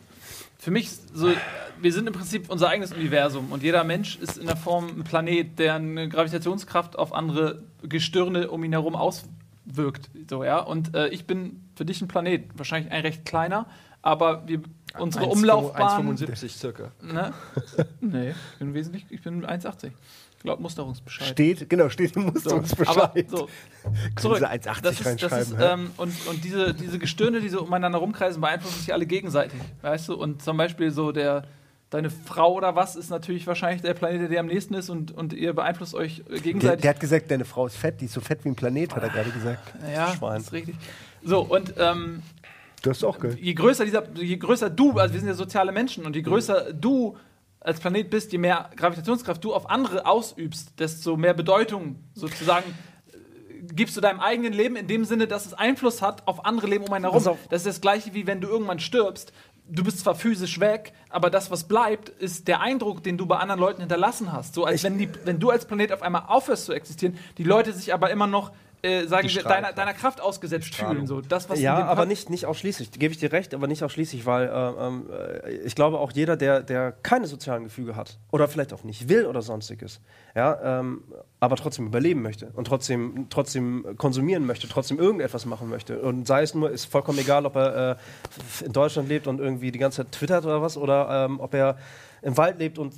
für mich so, wir sind im Prinzip unser eigenes Universum und jeder Mensch ist in der Form ein Planet, der eine Gravitationskraft auf andere Gestirne um ihn herum auswirkt. So, ja? Und äh, ich bin für dich ein Planet, wahrscheinlich ein recht kleiner, aber wir, unsere Umlaufbahn... eins Komma fünfundsiebzig circa. Ne? Nee, ich bin wesentlich, ich bin eins Komma achtzig. Laut Musterungsbescheid. Steht, genau, steht im So, Musterungsbescheid. aber so, zurück. Sie eins Komma achtzig Das ist, das reinschreiben, ist, hä? ähm, und und diese, diese Gestirne, die so umeinander rumkreisen, beeinflussen sich alle gegenseitig. Weißt du? Und zum Beispiel so der, deine Frau oder was ist natürlich wahrscheinlich der Planet, der dir am nächsten ist und, und ihr beeinflusst euch äh, Der, gegenseitig. der hat gesagt, deine Frau ist fett, die ist so fett wie ein Planet, hat er gerade gesagt. ja, Schwein. das ist richtig. So, und ähm, Du hast auch gehört. je größer dieser, je größer du, also wir sind ja soziale Menschen, und je größer du als Planet bist, je mehr Gravitationskraft du auf andere ausübst, desto mehr Bedeutung sozusagen äh, gibst du deinem eigenen Leben in dem Sinne, dass es Einfluss hat auf andere Leben um einen herum. Pass auf. Das ist das Gleiche, wie wenn du irgendwann stirbst. Du bist zwar physisch weg, aber das, was bleibt, ist der Eindruck, den du bei anderen Leuten hinterlassen hast. So als wenn, die, wenn du als Planet auf einmal aufhörst zu existieren, die Leute sich aber immer noch äh, sagen Die wir, deiner, deiner Kraft ausgesetzt fühlen. So. Das, was Ja, in dem aber Pub- nicht, nicht ausschließlich. Gebe ich dir recht, aber nicht ausschließlich, weil äh, ähm, äh, ich glaube auch jeder, der, der keine sozialen Gefüge hat oder vielleicht auch nicht will oder sonstiges, ja, ähm, aber trotzdem überleben möchte und trotzdem, trotzdem konsumieren möchte, trotzdem irgendetwas machen möchte. Und sei es nur, ist vollkommen egal, ob er äh, in Deutschland lebt und irgendwie die ganze Zeit twittert oder was, oder ähm, ob er im Wald lebt und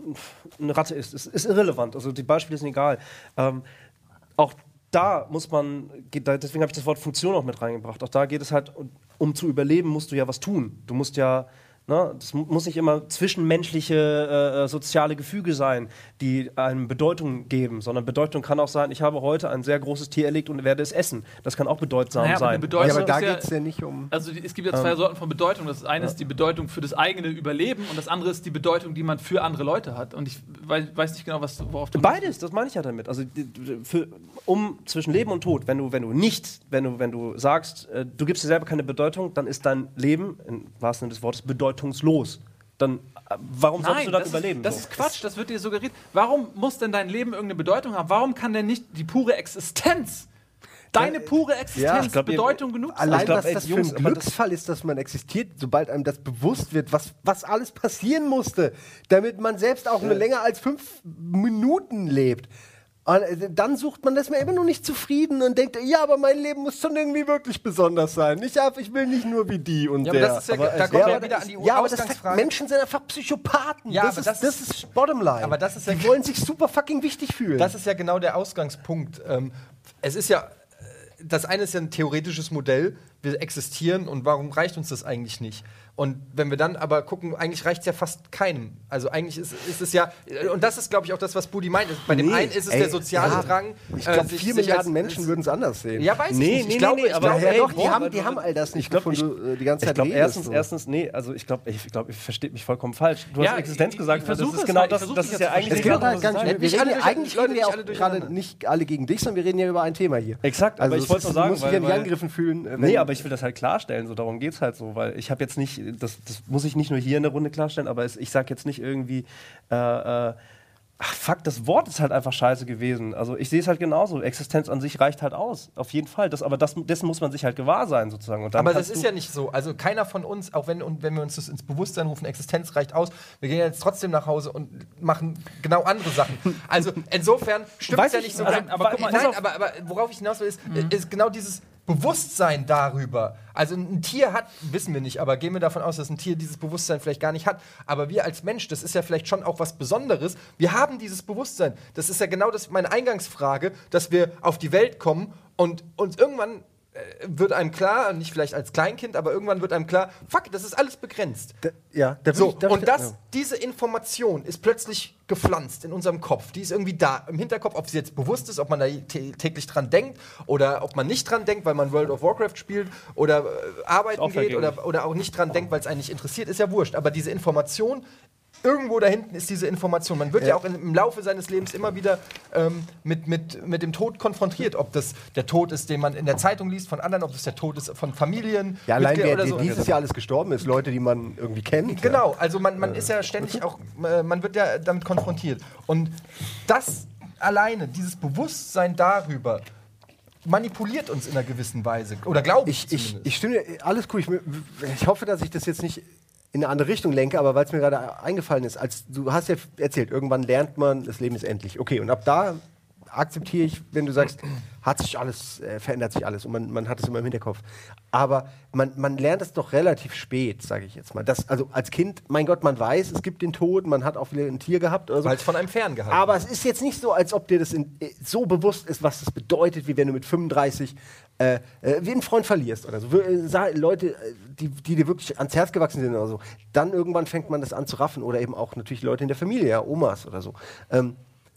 eine Ratte ist. Es ist irrelevant. Also die Beispiele sind egal. Ähm, auch da muss man, deswegen habe ich das Wort Funktion auch mit reingebracht, auch da geht es halt, um zu überleben, musst du ja was tun. Du musst ja, ne, das muss nicht immer zwischenmenschliche, äh, soziale Gefüge sein, die einem Bedeutung geben, sondern Bedeutung kann auch sein, ich habe heute ein sehr großes Tier erlegt und werde es essen. Das kann auch bedeutsam Naja, aber eine sein. Bedeutung Ja, aber da ist ja- geht es ja nicht um. Also die- es gibt ja zwei Sorten von Bedeutung. Das eine ist die Bedeutung für das eigene Überleben und das andere ist die Bedeutung, die man für andere Leute hat. Und ich weiß, weiß nicht genau, was, worauf du... Beides, das meine ich ja damit. Also die- die- für, um zwischen Leben und Tod, wenn du, wenn du nicht, wenn du, wenn du sagst, äh, du gibst dir selber keine Bedeutung, dann ist dein Leben, im wahrsten Sinne des Wortes, bedeutungslos. Dann, äh, warum sollst du dann das überleben? Ist, das so? ist Quatsch, das wird dir suggeriert. Warum muss denn dein Leben irgendeine Bedeutung haben? Warum kann denn nicht die pure Existenz, deine pure Existenz, ich glaub, ihr- Bedeutung genug sein? Allein, Ich glaub, was ey, das Jungs, für ein aber das- Glücksfall ist, dass man existiert, sobald einem das bewusst wird, was, was alles passieren musste, damit man selbst auch nur länger als fünf Minuten lebt. Und äh, dann sucht man das mal immer noch nicht zufrieden und denkt, ja, aber mein Leben muss schon irgendwie wirklich besonders sein. Ich, hab, ich will nicht nur wie die und Ja, aber der. das ist ja, Aber da es- kommen wir aber wieder das an die ist- ja, aber das Ausgangsfrage. Menschen sind einfach Psychopathen. Ja, das, aber ist, das das ist- ist Bottomline. aber das ist ja- die wollen sich super fucking wichtig fühlen. Das ist ja genau der Ausgangspunkt. Ähm, es ist ja, äh, das eine ist ja ein theoretisches Modell, wir existieren und warum reicht uns das eigentlich nicht? Und wenn wir dann aber gucken, eigentlich reicht es ja fast keinem. Also eigentlich ist, ist es ja, und das ist, glaube ich, auch das, was Budi meint. Bei dem Nee, einen ist es ey, der soziale ja, Drang. Ich äh, glaube, sich- vier sich Milliarden als- Menschen würden es anders sehen. Ja, weiß Nee, ich nicht. nee, ich glaube, nee, ich aber glaube, ja, ey, doch, die, boah, haben, weil die du- haben all das nicht, ich glaub, wovon ich- du äh, die ganze Ich Zeit glaube, redest. erstens, so. erstens, nee, also ich glaube, ich, glaub, ihr versteht mich vollkommen falsch. Du Ja, hast Existenz ich- gesagt, ich das versuche ist es genau halt, ich das, versuche das es ist ja ja zu eigentlich Es verstehen. geht nichts doch anderes gar nicht, als wir sein. Nicht reden alle ja, durch- eigentlich Leute, reden wir nicht auch alle gerade durcheinander. nicht alle gegen dich, sondern wir reden ja über ein Thema hier. Exakt, aber Also ich wollte es nur ist- sagen, du musst dich weil- ja nicht weil- angegriffen fühlen. äh, wenn- Nee, aber ich will das halt klarstellen, so darum geht's halt so, weil ich habe jetzt nicht, das, das muss ich nicht nur hier in der Runde klarstellen, aber es, ich sag jetzt nicht irgendwie, äh, äh, ach fuck, das Wort ist halt einfach scheiße gewesen. Also ich sehe es halt genauso, Existenz an sich reicht halt aus, auf jeden Fall, das, aber das, dessen muss man sich halt gewahr sein sozusagen. Und dann Aber das kannst ist du- ja nicht so. Also keiner von uns, auch wenn, und wenn wir uns das ins Bewusstsein rufen, Existenz reicht aus, wir gehen jetzt trotzdem nach Hause und machen genau andere Sachen. Also insofern stimmt es Weiß ja ich, nicht so. also, ganz- aber guck mal, nein, pass auf. aber, aber worauf ich hinaus will, ist, ist genau dieses Bewusstsein darüber. Also ein Tier hat, wissen wir nicht, aber gehen wir davon aus, dass ein Tier dieses Bewusstsein vielleicht gar nicht hat. Aber wir als Mensch, das ist ja vielleicht schon auch was Besonderes. Wir haben dieses Bewusstsein. Das ist ja genau das meine Eingangsfrage, dass wir auf die Welt kommen und uns irgendwann äh, wird einem klar, nicht vielleicht als Kleinkind, aber irgendwann wird einem klar, fuck, das ist alles begrenzt. Da, ja, da So, will ich- darf und ich- das, ja. diese Information ist plötzlich gepflanzt in unserem Kopf. Die ist irgendwie da im Hinterkopf, ob sie jetzt bewusst ist, ob man da tä- täglich dran denkt oder ob man nicht dran denkt, weil man World of Warcraft spielt oder äh, arbeiten auch geht vergeblich. oder, oder auch nicht dran denkt, weil es einen nicht interessiert, ist ja wurscht. Aber diese Information, irgendwo da hinten ist diese Information. Man wird ja, Ja. auch in, im Laufe seines Lebens immer wieder ähm, mit, mit, mit dem Tod konfrontiert. Ob das der Tod ist, den man in der Zeitung liest von anderen, ob das der Tod ist von Familien. Ja, allein Mitgliedern wer oder so. dieses Jahr alles gestorben ist, Leute, die man irgendwie kennt. Genau, also man, man ist ja ständig auch, äh, man wird ja damit konfrontiert. Und das alleine, dieses Bewusstsein darüber, manipuliert uns in einer gewissen Weise. Oder glaube ich, Ich, ich, zumindest. ich stimme dir, alles cool. Ich, ich hoffe, dass ich das jetzt nicht in eine andere Richtung lenke, aber weil es mir gerade eingefallen ist, als du hast ja erzählt, irgendwann lernt man, das Leben ist endlich. Okay, und ab da akzeptiere ich, wenn du sagst, hat sich alles, äh, verändert sich alles und man, man hat es immer im Hinterkopf. Aber man, man lernt es doch relativ spät, sage ich jetzt mal. Das, also als Kind, mein Gott, man weiß, es gibt den Tod, man hat auch wieder ein Tier gehabt oder so. Weil es von einem ferngehalten Aber es ist jetzt nicht so, als ob dir das in, äh, so bewusst ist, was das bedeutet, wie wenn du mit fünfunddreißig äh, äh, wie einen Freund verlierst oder so. Wir, äh, sa- Leute, äh, die, die dir wirklich ans Herz gewachsen sind oder so. Dann irgendwann fängt man das an zu raffen oder eben auch natürlich Leute in der Familie, ja, Omas oder so. Ähm,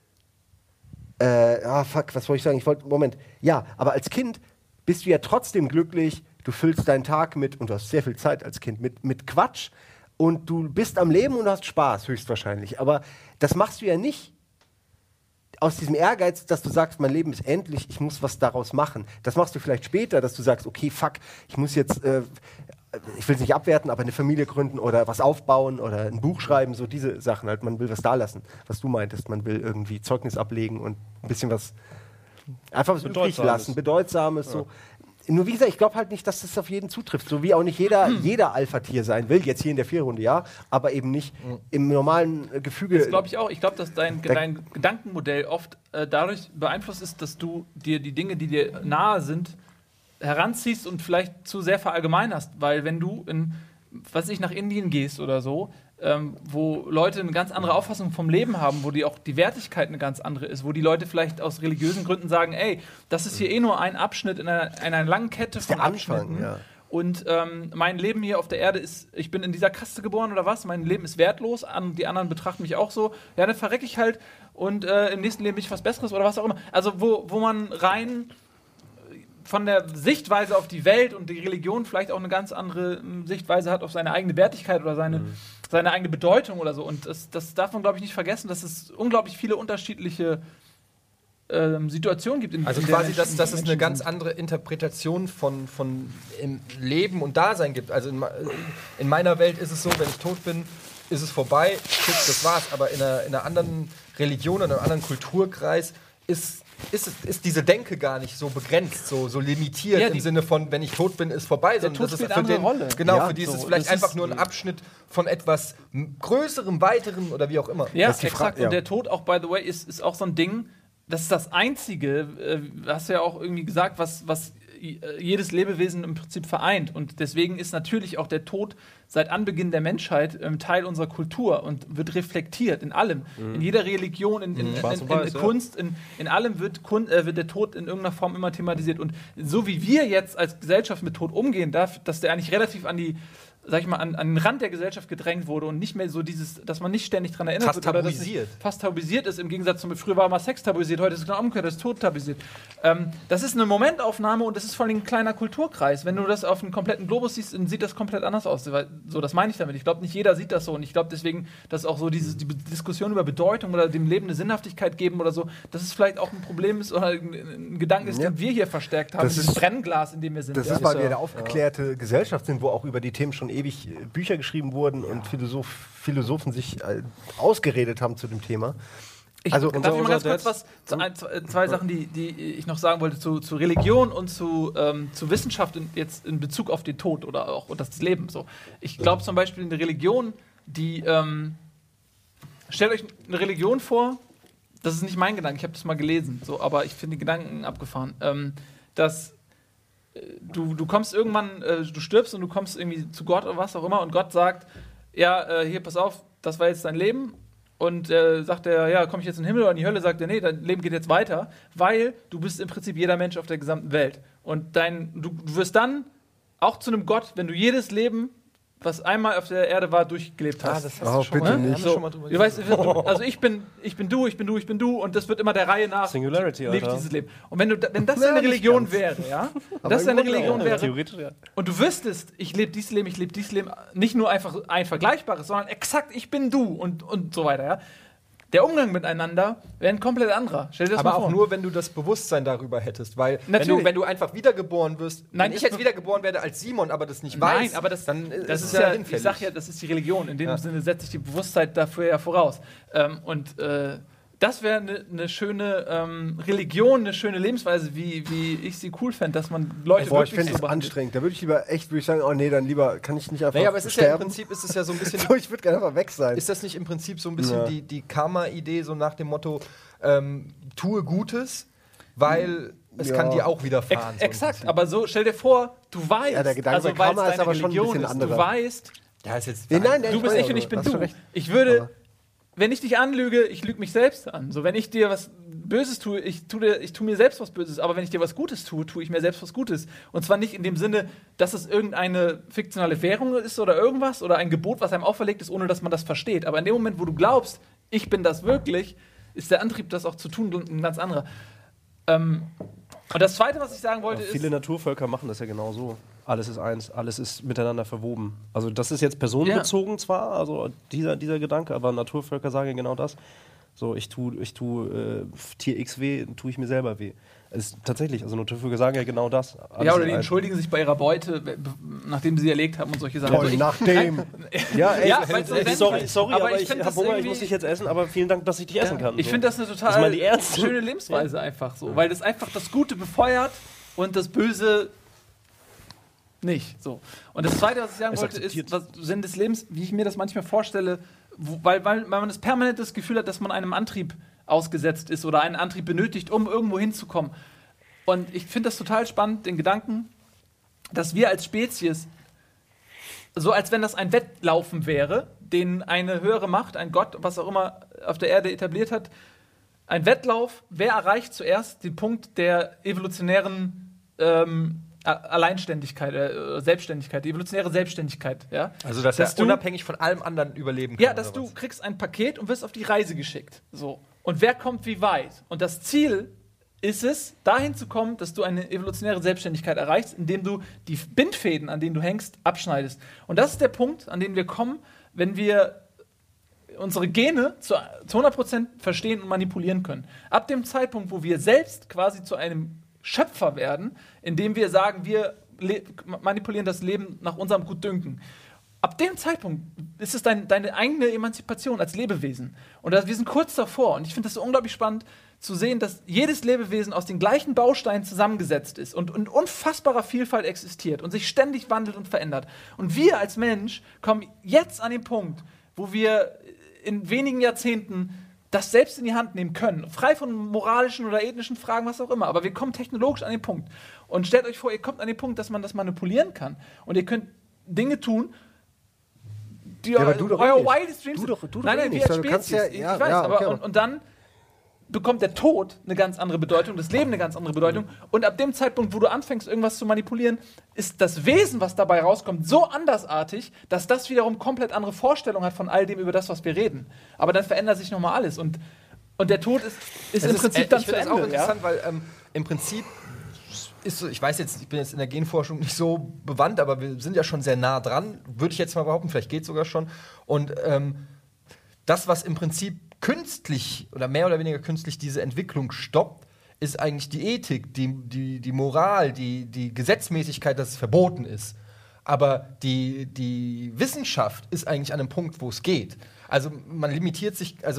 äh, ah, fuck, was wollte ich sagen? Ich wollte, Moment. Ja, aber als Kind bist du ja trotzdem glücklich, du füllst deinen Tag mit, und du hast sehr viel Zeit als Kind, mit, mit Quatsch und du bist am Leben und hast Spaß, höchstwahrscheinlich. Aber das machst du ja nicht aus diesem Ehrgeiz, dass du sagst, mein Leben ist endlich, ich muss was daraus machen. Das machst du vielleicht später, dass du sagst, okay, fuck, ich muss jetzt, äh, ich will es nicht abwerten, aber eine Familie gründen oder was aufbauen oder ein Buch schreiben, so diese Sachen halt. Man will was da lassen, was du meintest. Man will irgendwie Zeugnis ablegen und ein bisschen was Einfach was übrig Bedeutsames. lassen, Bedeutsames. So. Nur wie gesagt, ich glaube halt nicht, dass das auf jeden zutrifft. So wie auch nicht jeder, jeder Alpha-Tier sein will, jetzt hier in der Viererrunde, ja, aber eben nicht im normalen äh, Gefüge. Das glaube ich auch. Ich glaube, dass dein, dein Gedankenmodell oft äh, dadurch beeinflusst ist, dass du dir die Dinge, die dir nahe sind, heranziehst und vielleicht zu sehr verallgemeinerst. Weil wenn du in, was weiß ich, nach Indien gehst oder so, ähm, wo Leute eine ganz andere Auffassung vom Leben haben, wo die auch die Wertigkeit eine ganz andere ist, wo die Leute vielleicht aus religiösen Gründen sagen, ey, das ist hier eh nur ein Abschnitt in einer, in einer langen Kette von der Anfang, Abschnitten. ja. Und ähm, mein Leben hier auf der Erde ist, ich bin in dieser Kaste geboren oder was, mein Leben ist wertlos, an, die anderen betrachten mich auch so, ja, dann verrecke ich halt und äh, im nächsten Leben bin ich was Besseres oder was auch immer. Also wo, wo man rein von der Sichtweise auf die Welt und die Religion vielleicht auch eine ganz andere ähm, Sichtweise hat auf seine eigene Wertigkeit oder seine, mhm. seine eigene Bedeutung oder so. Und das, das darf man, glaube ich, nicht vergessen, dass es unglaublich viele unterschiedliche ähm, Situationen gibt. In, Also in der quasi, Menschen- dass, dass es Menschen eine ganz sind. andere Interpretation von, von im Leben und Dasein gibt. Also in, me- in meiner Welt ist es so, wenn ich tot bin, ist es vorbei, tschüss, das war's. Aber in einer, in einer anderen Religion oder einem anderen Kulturkreis ist, ist, es- ist diese Denke gar nicht so begrenzt, so, so limitiert Ja, im die- Sinne von, wenn ich tot bin, ist vorbei. sondern Tod das ist spielt für eine den, andere Rolle. Genau, Ja, für die ist so, es vielleicht das einfach ist- nur ein Abschnitt von etwas m- Größerem, Weiterem oder wie auch immer. Ja, Das ist die exakt. Fra- ja. Und der Tod auch, by the way, ist, ist auch so ein Ding, das ist das Einzige, äh, hast du ja auch irgendwie gesagt, was, was äh, jedes Lebewesen im Prinzip vereint. Und deswegen ist natürlich auch der Tod seit Anbeginn der Menschheit ähm, Teil unserer Kultur und wird reflektiert in allem. In jeder Religion, in, in, in, Schwarz in, und in Weiß, ja. Kunst, in, in allem wird, Kun äh, wird der Tod in irgendeiner Form immer thematisiert. Und so wie wir jetzt als Gesellschaft mit Tod umgehen, darf, dass der eigentlich relativ an die sag ich mal, an, an den Rand der Gesellschaft gedrängt wurde und nicht mehr so dieses, dass man nicht ständig daran erinnert Fast wird. Oder dass es tabuisiert. Fast tabuisiert ist, im Gegensatz zu früher war mal Sex tabuisiert, heute ist es genau umgekehrt, das ist Tod tabuisiert. Ähm, das ist eine Momentaufnahme und das ist vor allem ein kleiner Kulturkreis. Wenn du das auf einem kompletten Globus siehst, dann sieht das komplett anders aus. Weil- So, das meine ich damit. Ich glaube, nicht jeder sieht das so und ich glaube deswegen, dass auch so diese die Diskussion über Bedeutung oder dem Leben eine Sinnhaftigkeit geben oder so, dass es vielleicht auch ein Problem ist oder ein, ein Gedanke ist, Ja. den wir hier verstärkt haben, Das dieses ist- Brennglas, in dem wir sind. Das Ja. ist, weil wir eine aufgeklärte Gesellschaft sind, wo auch über die Themen schon ewig äh, Bücher geschrieben wurden und Philosoph Philosophen sich äh, ausgeredet haben zu dem Thema. Ich, Also darf unser- ich mal ganz unser kurz was, zu, ein, zwei, zwei Sachen, die, die ich noch sagen wollte, zu, zu Religion und zu, ähm, zu Wissenschaft in, jetzt in Bezug auf den Tod oder auch und das Leben. So. Ich glaube zum Beispiel eine Religion, die, ähm, stellt euch eine Religion vor, das ist nicht mein Gedanke, ich habe das mal gelesen, so, aber ich finde die Gedanken abgefahren, ähm, dass äh, du, du kommst irgendwann, äh, du stirbst und du kommst irgendwie zu Gott oder was auch immer und Gott sagt, ja, äh, hier, pass auf, das war jetzt dein Leben. Und äh, sagt er, ja, komme ich jetzt in den Himmel oder in die Hölle? Sagt er, nee, dein Leben geht jetzt weiter, weil du bist im Prinzip jeder Mensch auf der gesamten Welt. Und dein, du, du wirst dann auch zu einem Gott, wenn du jedes Leben, was einmal auf der Erde war, durchgelebt hast. das Oh, bitte ne? nicht. Haben wir So, schon mal drüber du weißt, du, also ich bin, ich bin du, ich bin du, ich bin du und das wird immer der Reihe nach. Singularity, lebt Alter. dieses Leben. Und wenn du, da- wenn das Na, deine nicht Religion ganz. wäre, ja, Aber das deine im Grunde Religion auch. wäre, Theoretisch, ja. und du wüsstest, ich lebe dieses Leben, ich lebe dieses Leben, nicht nur einfach ein vergleichbares, sondern exakt, ich bin du und, und so weiter, ja. Der Umgang miteinander wäre ein komplett anderer. Stell dir das Aber mal auch vor. nur, wenn du das Bewusstsein darüber hättest. Weil, wenn Natürlich. du, wenn du einfach wiedergeboren wirst, Nein, wenn ich das jetzt be- wiedergeboren werde als Simon, aber das nicht weiß, Nein, aber das, dann äh, das ist ist es ja, hinfällig. ich sag ja, das ist die Religion. In dem Ja. Sinne setzt sich die Bewusstheit dafür ja voraus. Ähm, und äh, das wäre eine ne schöne ähm, Religion, eine schöne Lebensweise, wie, wie ich sie cool fände, dass man Leute Boah, ich wirklich finde so es behandelt. anstrengend. Da würde ich lieber echt, würde ich sagen, oh nee, dann lieber kann ich nicht einfach Naja, aber es ist ja im sterben. Prinzip ist es ja so ein bisschen so, ich würde gerne einfach weg sein. Ist das nicht im Prinzip so ein bisschen Ja. die, die Karma-Idee, so nach dem Motto, ähm, tue Gutes, weil es Ja. kann dir auch Ex widerfahren. so im exakt, Prinzip. aber so, stell dir vor, du weißt, Ja, der Gedanke also bei weil es Karma ist deine aber schon ein Religion bisschen ist, du anderer. weißt, Ja, ist jetzt Nee, nein, der- du bist weiß ich und aber, ich bin hast du du. recht. Ich würde, Aber- wenn ich dich anlüge, ich lüge mich selbst an. So, wenn ich dir was Böses tue, ich tue, dir, ich tue mir selbst was Böses, aber wenn ich dir was Gutes tue, tue ich mir selbst was Gutes. Und zwar nicht in dem Sinne, dass es irgendeine fiktionale Währung ist oder irgendwas oder ein Gebot, was einem auferlegt ist, ohne dass man das versteht. Aber in dem Moment, wo du glaubst, ich bin das wirklich, ist der Antrieb, das auch zu tun, ein ganz anderer. Ähm, und das Zweite, was ich sagen wollte, Ja, ist... viele Naturvölker machen das ja genau so. Alles ist eins, alles ist miteinander verwoben. Also das ist jetzt personenbezogen zwar, also dieser, dieser Gedanke, aber Naturvölker sagen ja genau das. So, ich tue ich tu, äh, Tier X weh, tue ich mir selber weh. Es ist tatsächlich, also Notophage sagen ja genau das. Alles Ja, oder die in entschuldigen sich bei ihrer Beute, be- nachdem sie erlegt haben und solche Sachen. Toll, Also ich- nachdem. Ja, ey, Ja, äh, weil so äh, wenn- sorry, sorry, aber, aber ich ich find habe das Hunger, ich irgendwie- muss dich jetzt essen, aber vielen Dank, dass ich dich essen kann. Ich so. finde das eine Das total ist mal die Ernste. schöne Lebensweise einfach so, weil das einfach das Gute befeuert und das Böse nicht. So. Und das Zweite, was ich sagen Es wollte, akzeptiert. ist, was Sinn des Lebens, wie ich mir das manchmal vorstelle, wo, weil, weil, weil man das permanent das Gefühl hat, dass man einem Antrieb ausgesetzt ist oder einen Antrieb benötigt, um irgendwo hinzukommen. Und ich finde das total spannend, den Gedanken, dass wir als Spezies, so als wenn das ein Wettlaufen wäre, den eine höhere Macht, ein Gott, was auch immer auf der Erde etabliert hat, ein Wettlauf, wer erreicht zuerst den Punkt der evolutionären ähm, A- Alleinständigkeit, äh, Selbstständigkeit, die evolutionäre Selbstständigkeit. Ja? Also, dass, Dass er du- unabhängig von allem anderen überleben kann. Ja, dass oder du was? kriegst ein Paket und wirst auf die Reise geschickt. So. Und wer kommt wie weit? Und das Ziel ist es, dahin zu kommen, dass du eine evolutionäre Selbstständigkeit erreichst, indem du die Bindfäden, an denen du hängst, abschneidest. Und das ist der Punkt, an den wir kommen, wenn wir unsere Gene zu, zu hundert Prozent verstehen und manipulieren können. Ab dem Zeitpunkt, wo wir selbst quasi zu einem Schöpfer werden, indem wir sagen, wir le- manipulieren das Leben nach unserem Gutdünken. Ab dem Zeitpunkt ist es dein, deine eigene Emanzipation als Lebewesen. Und das, wir sind kurz davor. Und ich finde das so unglaublich spannend zu sehen, dass jedes Lebewesen aus den gleichen Bausteinen zusammengesetzt ist und in unfassbarer Vielfalt existiert und sich ständig wandelt und verändert. Und wir als Mensch kommen jetzt an den Punkt, wo wir in wenigen Jahrzehnten das selbst in die Hand nehmen können. Frei von moralischen oder ethnischen Fragen, was auch immer. Aber wir kommen technologisch an den Punkt. Und stellt euch vor, ihr kommt an den Punkt, dass man das manipulieren kann. Und ihr könnt Dinge tun, die Ja, aber du doch eh euer nicht. wildest dreams Du doch- du doch nein, eh nein, nicht, wir als sondern du kannst Spezies. ja- ja, ich weiß, ja, aber okay, und, aber- und dann bekommt der Tod eine ganz andere Bedeutung, das Leben eine ganz andere Bedeutung. Und ab dem Zeitpunkt, wo du anfängst, irgendwas zu manipulieren, ist das Wesen, was dabei rauskommt, so andersartig, dass das wiederum komplett andere Vorstellungen hat von all dem, über das, was wir reden. Aber dann verändert sich nochmal alles. Und, und der Tod ist, ist Es im Prinzip äh, dann ich zu finde Ende. das auch ja? interessant, weil ähm, im Prinzip ist so, ich weiß jetzt, ich bin jetzt in der Genforschung nicht so bewandt, aber wir sind ja schon sehr nah dran, würde ich jetzt mal behaupten, vielleicht geht es sogar schon. Und ähm, das, was im Prinzip künstlich oder mehr oder weniger künstlich diese Entwicklung stoppt, ist eigentlich die Ethik, die, die, die Moral, die, die Gesetzmäßigkeit, dass es verboten ist. Aber die, die Wissenschaft ist eigentlich an einem Punkt, wo es geht. Also man limitiert sich, also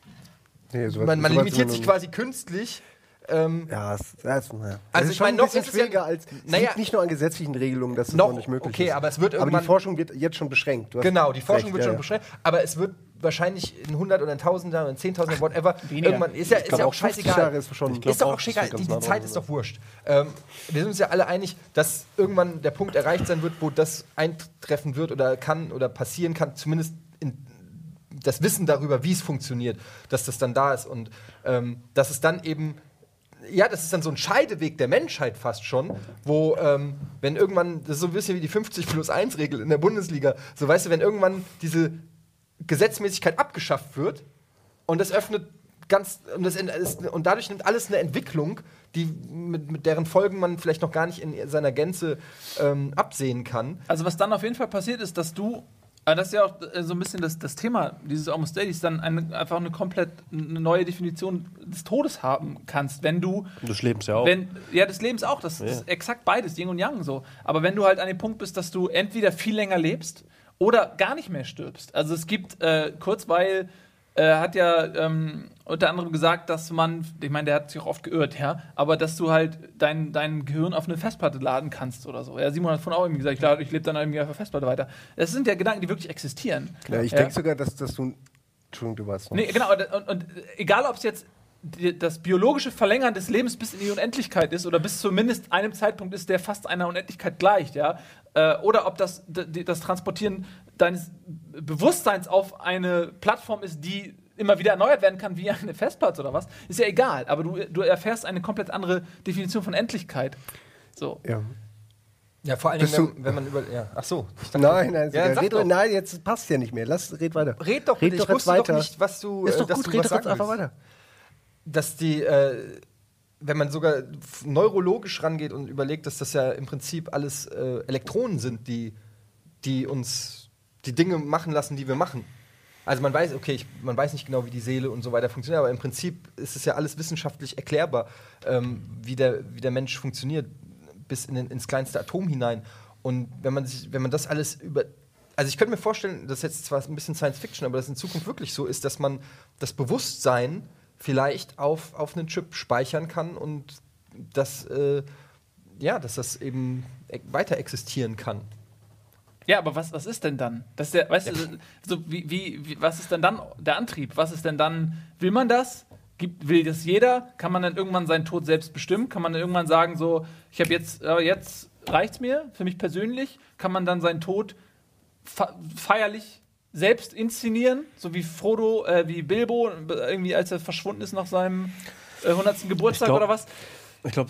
Nee, so weit- man, man so weit limitiert sind wir sich noch quasi künstlich. Ähm, Ja, es, das, ja. Also Das ich ist schon meine, ein noch bisschen ist es ja- schwieriger als es naja, liegt nicht nur an gesetzlichen Regelungen, dass es noch, noch nicht möglich okay, ist. aber es wird aber die irgendwann- Forschung wird jetzt schon beschränkt. Du hast Genau, die Forschung recht, wird ja, schon ja. beschränkt, aber es wird wahrscheinlich in hundert oder in tausend Jahren oder in zehntausend Jahren, whatever, weniger. irgendwann, ist ja, Ich ist glaub ja auch auch fünfzig scheißegal. Jahre ist schon- Ich glaub ist doch auch, auch das scheißegal, wird ganz die, die nah Zeit dran ist sein. doch wurscht. Ähm, wir sind uns ja alle einig, dass irgendwann der Punkt erreicht sein wird, wo das eintreffen wird oder kann oder passieren kann, zumindest in das Wissen darüber, wie es funktioniert, dass das dann da ist und ähm, dass es dann eben ja, das ist dann so ein Scheideweg der Menschheit fast schon, wo, ähm, wenn irgendwann, das ist so ein bisschen wie die fünfzig plus eins Regel in der Bundesliga, so weißt du, wenn irgendwann diese Gesetzmäßigkeit abgeschafft wird und das öffnet ganz, und, das in, ist, und dadurch nimmt alles eine Entwicklung, die, mit, mit deren Folgen man vielleicht noch gar nicht in seiner Gänze ähm, absehen kann. Also was dann auf jeden Fall passiert ist, dass du, äh, das ist ja auch äh, so ein bisschen das, das Thema dieses Almost Daily, ist dann eine, einfach eine komplett eine neue Definition des Todes haben kannst, wenn du Des Lebens ja auch. Wenn, ja, des Lebens auch. Das Ja. ist exakt beides, Yin und Yang so. Aber wenn du halt an dem Punkt bist, dass du entweder viel länger lebst oder gar nicht mehr stirbst. Also es gibt, äh, Kurzweil äh, hat ja ähm, unter anderem gesagt, dass man, ich meine, der hat sich auch oft geirrt, ja, aber dass du halt dein, dein Gehirn auf eine Festplatte laden kannst oder so. Ja, Simon hat vorhin auch irgendwie gesagt, ich, lade, ich lebe dann irgendwie auf der Festplatte weiter. Das sind ja Gedanken, die wirklich existieren. Ja, ich Ja. denke sogar, dass, dass du. Entschuldigung, du warst noch. Nee, genau, und, und, und egal ob es jetzt die, das biologische Verlängern des Lebens bis in die Unendlichkeit ist oder bis zumindest einem Zeitpunkt ist, der fast einer Unendlichkeit gleicht, ja, äh, oder ob das, d- das Transportieren deines Bewusstseins auf eine Plattform ist, die immer wieder erneuert werden kann, wie eine Festplatte oder was, ist ja egal, aber du, du erfährst eine komplett andere Definition von Endlichkeit. So. Ja. Ja, vor allen Dingen, Bist du- wenn, wenn man über. Ja, ach so. Ich dachte- Nein, nein, ist Ja, egal. sag red, doch. nein, jetzt passt ja nicht mehr. Lass, red weiter. Red doch Red bitte, doch ich jetzt wusste weiter. doch nicht, was du. Ist äh, doch dass gut, du red was doch jetzt sagen einfach willst. weiter. Dass die, äh, wenn man sogar f- neurologisch rangeht und überlegt, dass das ja im Prinzip alles äh, Elektronen sind, die, die uns die Dinge machen lassen, die wir machen. Also man weiß, okay, ich, man weiß nicht genau, wie die Seele und so weiter funktioniert, aber im Prinzip ist es ja alles wissenschaftlich erklärbar, ähm, wie, der, wie der Mensch funktioniert, bis in den, ins kleinste Atom hinein. Und wenn man sich, wenn man das alles über. Also ich könnte mir vorstellen, das ist jetzt zwar ein bisschen Science Fiction, aber dass in Zukunft wirklich so ist, dass man das Bewusstsein vielleicht auf, auf einen Chip speichern kann und dass, äh, ja, dass das eben e- weiter existieren kann. Ja, aber was, was ist denn dann? Das ist der, weißt du, so wie, wie, wie, was ist denn dann der Antrieb? Was ist denn dann, will man das? Gibt, will das jeder? Kann man dann irgendwann seinen Tod selbst bestimmen? Kann man dann irgendwann sagen, so, ich habe jetzt, äh, jetzt reicht's mir, für mich persönlich? Kann man dann seinen Tod fe- feierlich selbst inszenieren? So wie Frodo, äh, wie Bilbo, irgendwie als er verschwunden ist nach seinem äh, hundertsten Geburtstag glaub, oder was? Ich glaube,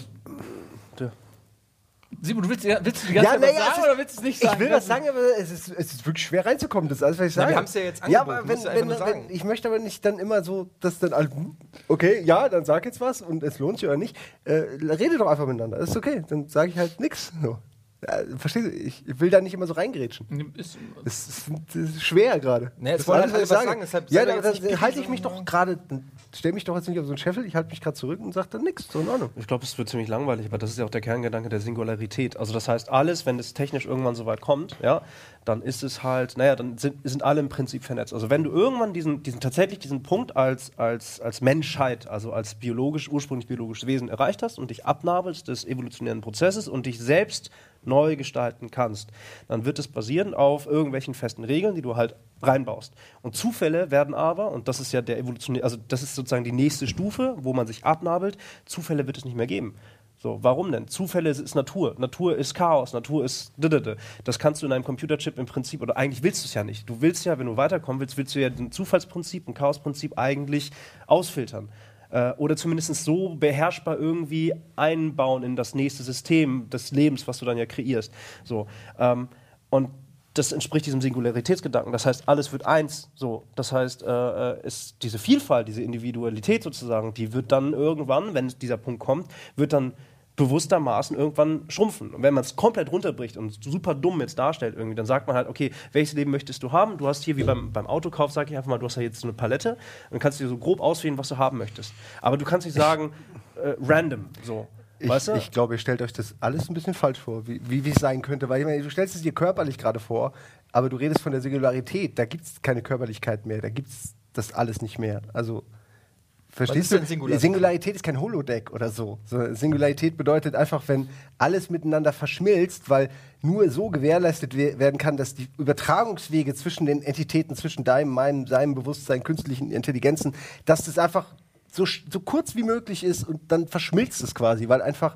Simon, du willst, willst du die ganze Ja, Zeit nee, was sagen es ist- oder willst du es nicht sagen? Ich will was sagen, aber es ist, es ist wirklich schwer reinzukommen. Das ist alles, was ich Na, sage. wir haben's ja jetzt Ja, angeboten, aber wenn, musst du einfach wenn, nur sagen. wenn, ich möchte aber nicht dann immer so, dass dann alle, hm, okay, ja, dann sag jetzt was und es lohnt sich oder nicht. Äh, rede doch einfach miteinander. Das ist okay. Dann sage ich halt nichts. So. Ja, verstehst du? Ich, ich will da nicht immer so reingrätschen. Ist, Das ist, das ist schwer gerade. Nee, jetzt Das ist wollen alles, alle was ich was sage. sagen, deshalb Ja, sei da dann, jetzt nicht dann halte ich kritisch mich und- doch gerade, stell mich doch jetzt nicht auf so einen Scheffel, ich halte mich gerade zurück und sage dann nichts. So in Ordnung. Ich glaube, es wird ziemlich langweilig, aber das ist ja auch der Kerngedanke der Singularität. Also das heißt, alles, wenn es technisch irgendwann so weit kommt, ja, dann ist es halt, naja, dann sind, sind alle im Prinzip vernetzt. Also wenn du irgendwann diesen, diesen tatsächlich diesen Punkt als, als, als Menschheit, also als biologisch, ursprünglich biologisches Wesen erreicht hast und dich abnabelst des evolutionären Prozesses und dich selbst neu gestalten kannst, dann wird es basieren auf irgendwelchen festen Regeln, die du halt reinbaust. Und Zufälle werden aber, und das ist ja der evolutionäre, also das ist sozusagen die nächste Stufe, wo man sich abnabelt, Zufälle wird es nicht mehr geben. So, warum denn? Zufälle ist Natur. Natur ist Chaos. Natur ist. Das kannst du in einem Computerchip im Prinzip, oder eigentlich willst du es ja nicht. Du willst ja, wenn du weiterkommen willst, willst du ja ein Zufallsprinzip, ein Chaosprinzip eigentlich ausfiltern. Äh, oder zumindest so beherrschbar irgendwie einbauen in das nächste System des Lebens, was du dann ja kreierst. So, ähm, und das entspricht diesem Singularitätsgedanken. Das heißt, alles wird eins. So, das heißt, äh, ist diese Vielfalt, diese Individualität sozusagen, die wird dann irgendwann, wenn dieser Punkt kommt, wird dann bewusstermaßen irgendwann schrumpfen. Und wenn man es komplett runterbricht und super dumm jetzt darstellt irgendwie, dann sagt man halt, okay, welches Leben möchtest du haben? Du hast hier, wie beim, beim Autokauf, sag ich einfach mal, du hast ja jetzt so eine Palette und dann kannst du dir so grob auswählen, was du haben möchtest. Aber du kannst nicht sagen, äh, random, so. Ich, Weißt du? ich glaube, ihr stellt euch das alles ein bisschen falsch vor, wie, wie wie es sein könnte. Weil ich meine, du stellst es dir körperlich gerade vor, aber du redest von der Singularität. Da gibt es keine Körperlichkeit mehr, da gibt es das alles nicht mehr. Also, verstehst ist du? denn Singularität? Singularität ist kein Holodeck oder so. so. Singularität bedeutet einfach, wenn alles miteinander verschmilzt, weil nur so gewährleistet we werden kann, dass die Übertragungswege zwischen den Entitäten, zwischen deinem, meinem, seinem Bewusstsein, künstlichen Intelligenzen, dass das einfach so, so kurz wie möglich ist und dann verschmilzt es quasi, weil einfach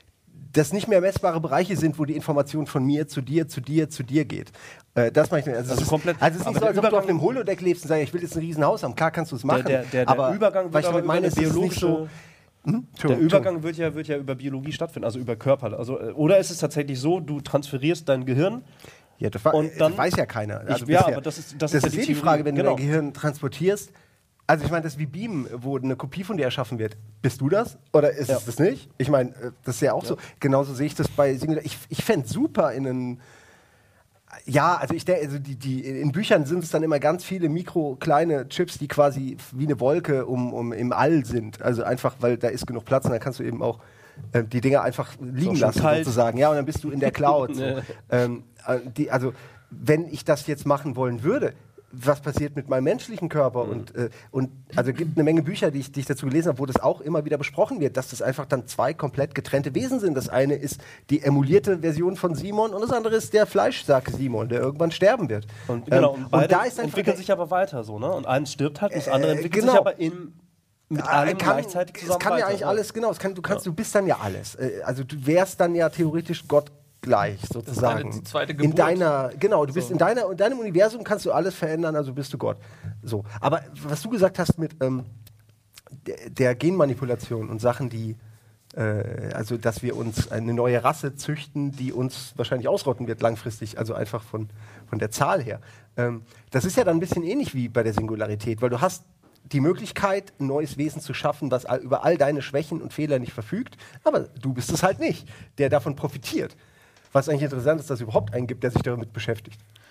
das nicht mehr messbare Bereiche sind, wo die Information von mir zu dir, zu dir, zu dir geht. Äh, das mache ich nicht. Also, Also es ist, komplett- also es ist nicht aber so, als der ob du auf Übergang- einem Holodeck lebst und sagst, ich will jetzt ein Riesenhaus haben. Klar kannst du es machen. Der, der, der, aber der Übergang was wird ich aber damit über meine, eine ist, es ist nicht biologische... so. Hm? Der Entschuldigung. Übergang wird ja, wird ja über Biologie stattfinden, also über Körper. Also, äh, oder ist es tatsächlich so, du transferierst dein Gehirn. Ja, das, war, Und dann- das weiß ja keiner. Ich- Also ja, bisher. aber das ist- das das ist ja ist die eh die Theorie. Frage, wenn Genau. du dein Gehirn transportierst. Also ich meine, das ist wie Beamen, wo eine Kopie von dir erschaffen wird. Bist du das? Oder ist Ja. es das nicht? Ich meine, äh, das ist ja auch so. Genauso sehe ich das bei Singular. Ich, ich fände es super in einen. Ja, also ich denke, also die, die, in Büchern sind es dann immer ganz viele mikro, kleine Chips, die quasi wie eine Wolke um, um im All sind. Also einfach, weil da ist genug Platz und dann kannst du eben auch äh, die Dinge einfach liegen schon lassen, kalt. sozusagen. Ja, und dann bist du in der Cloud. so. Nee. ähm, äh, die, also, wenn ich das jetzt machen wollen würde, was passiert mit meinem menschlichen Körper? Mhm. Und, äh, und also gibt eine Menge Bücher, die ich, die ich dazu gelesen habe, wo das auch immer wieder besprochen wird, dass das einfach dann zwei komplett getrennte Wesen sind. Das eine ist die emulierte Version von Simon und das andere ist der Fleischsack Simon, der irgendwann sterben wird. Und, genau, Ähm, und, beide da ist einfach entwickeln der- sich aber weiter so, ne? Und eins stirbt halt, und das andere Äh, entwickelt genau. sich aber in, mit Ah, allem kann, gleichzeitig zusammen Es kann ja weiter, eigentlich ne? alles, genau. Es kann, du, kannst, du bist dann ja alles. Äh, Also du wärst dann ja theoretisch Gott gleich, sozusagen. die zweite in Geburt. deiner, genau, du bist in deiner, in deinem Universum kannst du alles verändern, also bist du Gott. So. Aber was du gesagt hast mit ähm, der, der Genmanipulation und Sachen, die äh, also dass wir uns eine neue Rasse züchten, die uns wahrscheinlich ausrotten wird langfristig, also einfach von, von der Zahl her. Ähm, das ist ja dann ein bisschen ähnlich wie bei der Singularität, weil du hast die Möglichkeit, ein neues Wesen zu schaffen, was all, über all deine Schwächen und Fehler nicht verfügt, aber du bist es halt nicht, der davon profitiert. Was eigentlich interessant ist, dass es überhaupt einen gibt, der sich damit beschäftigt.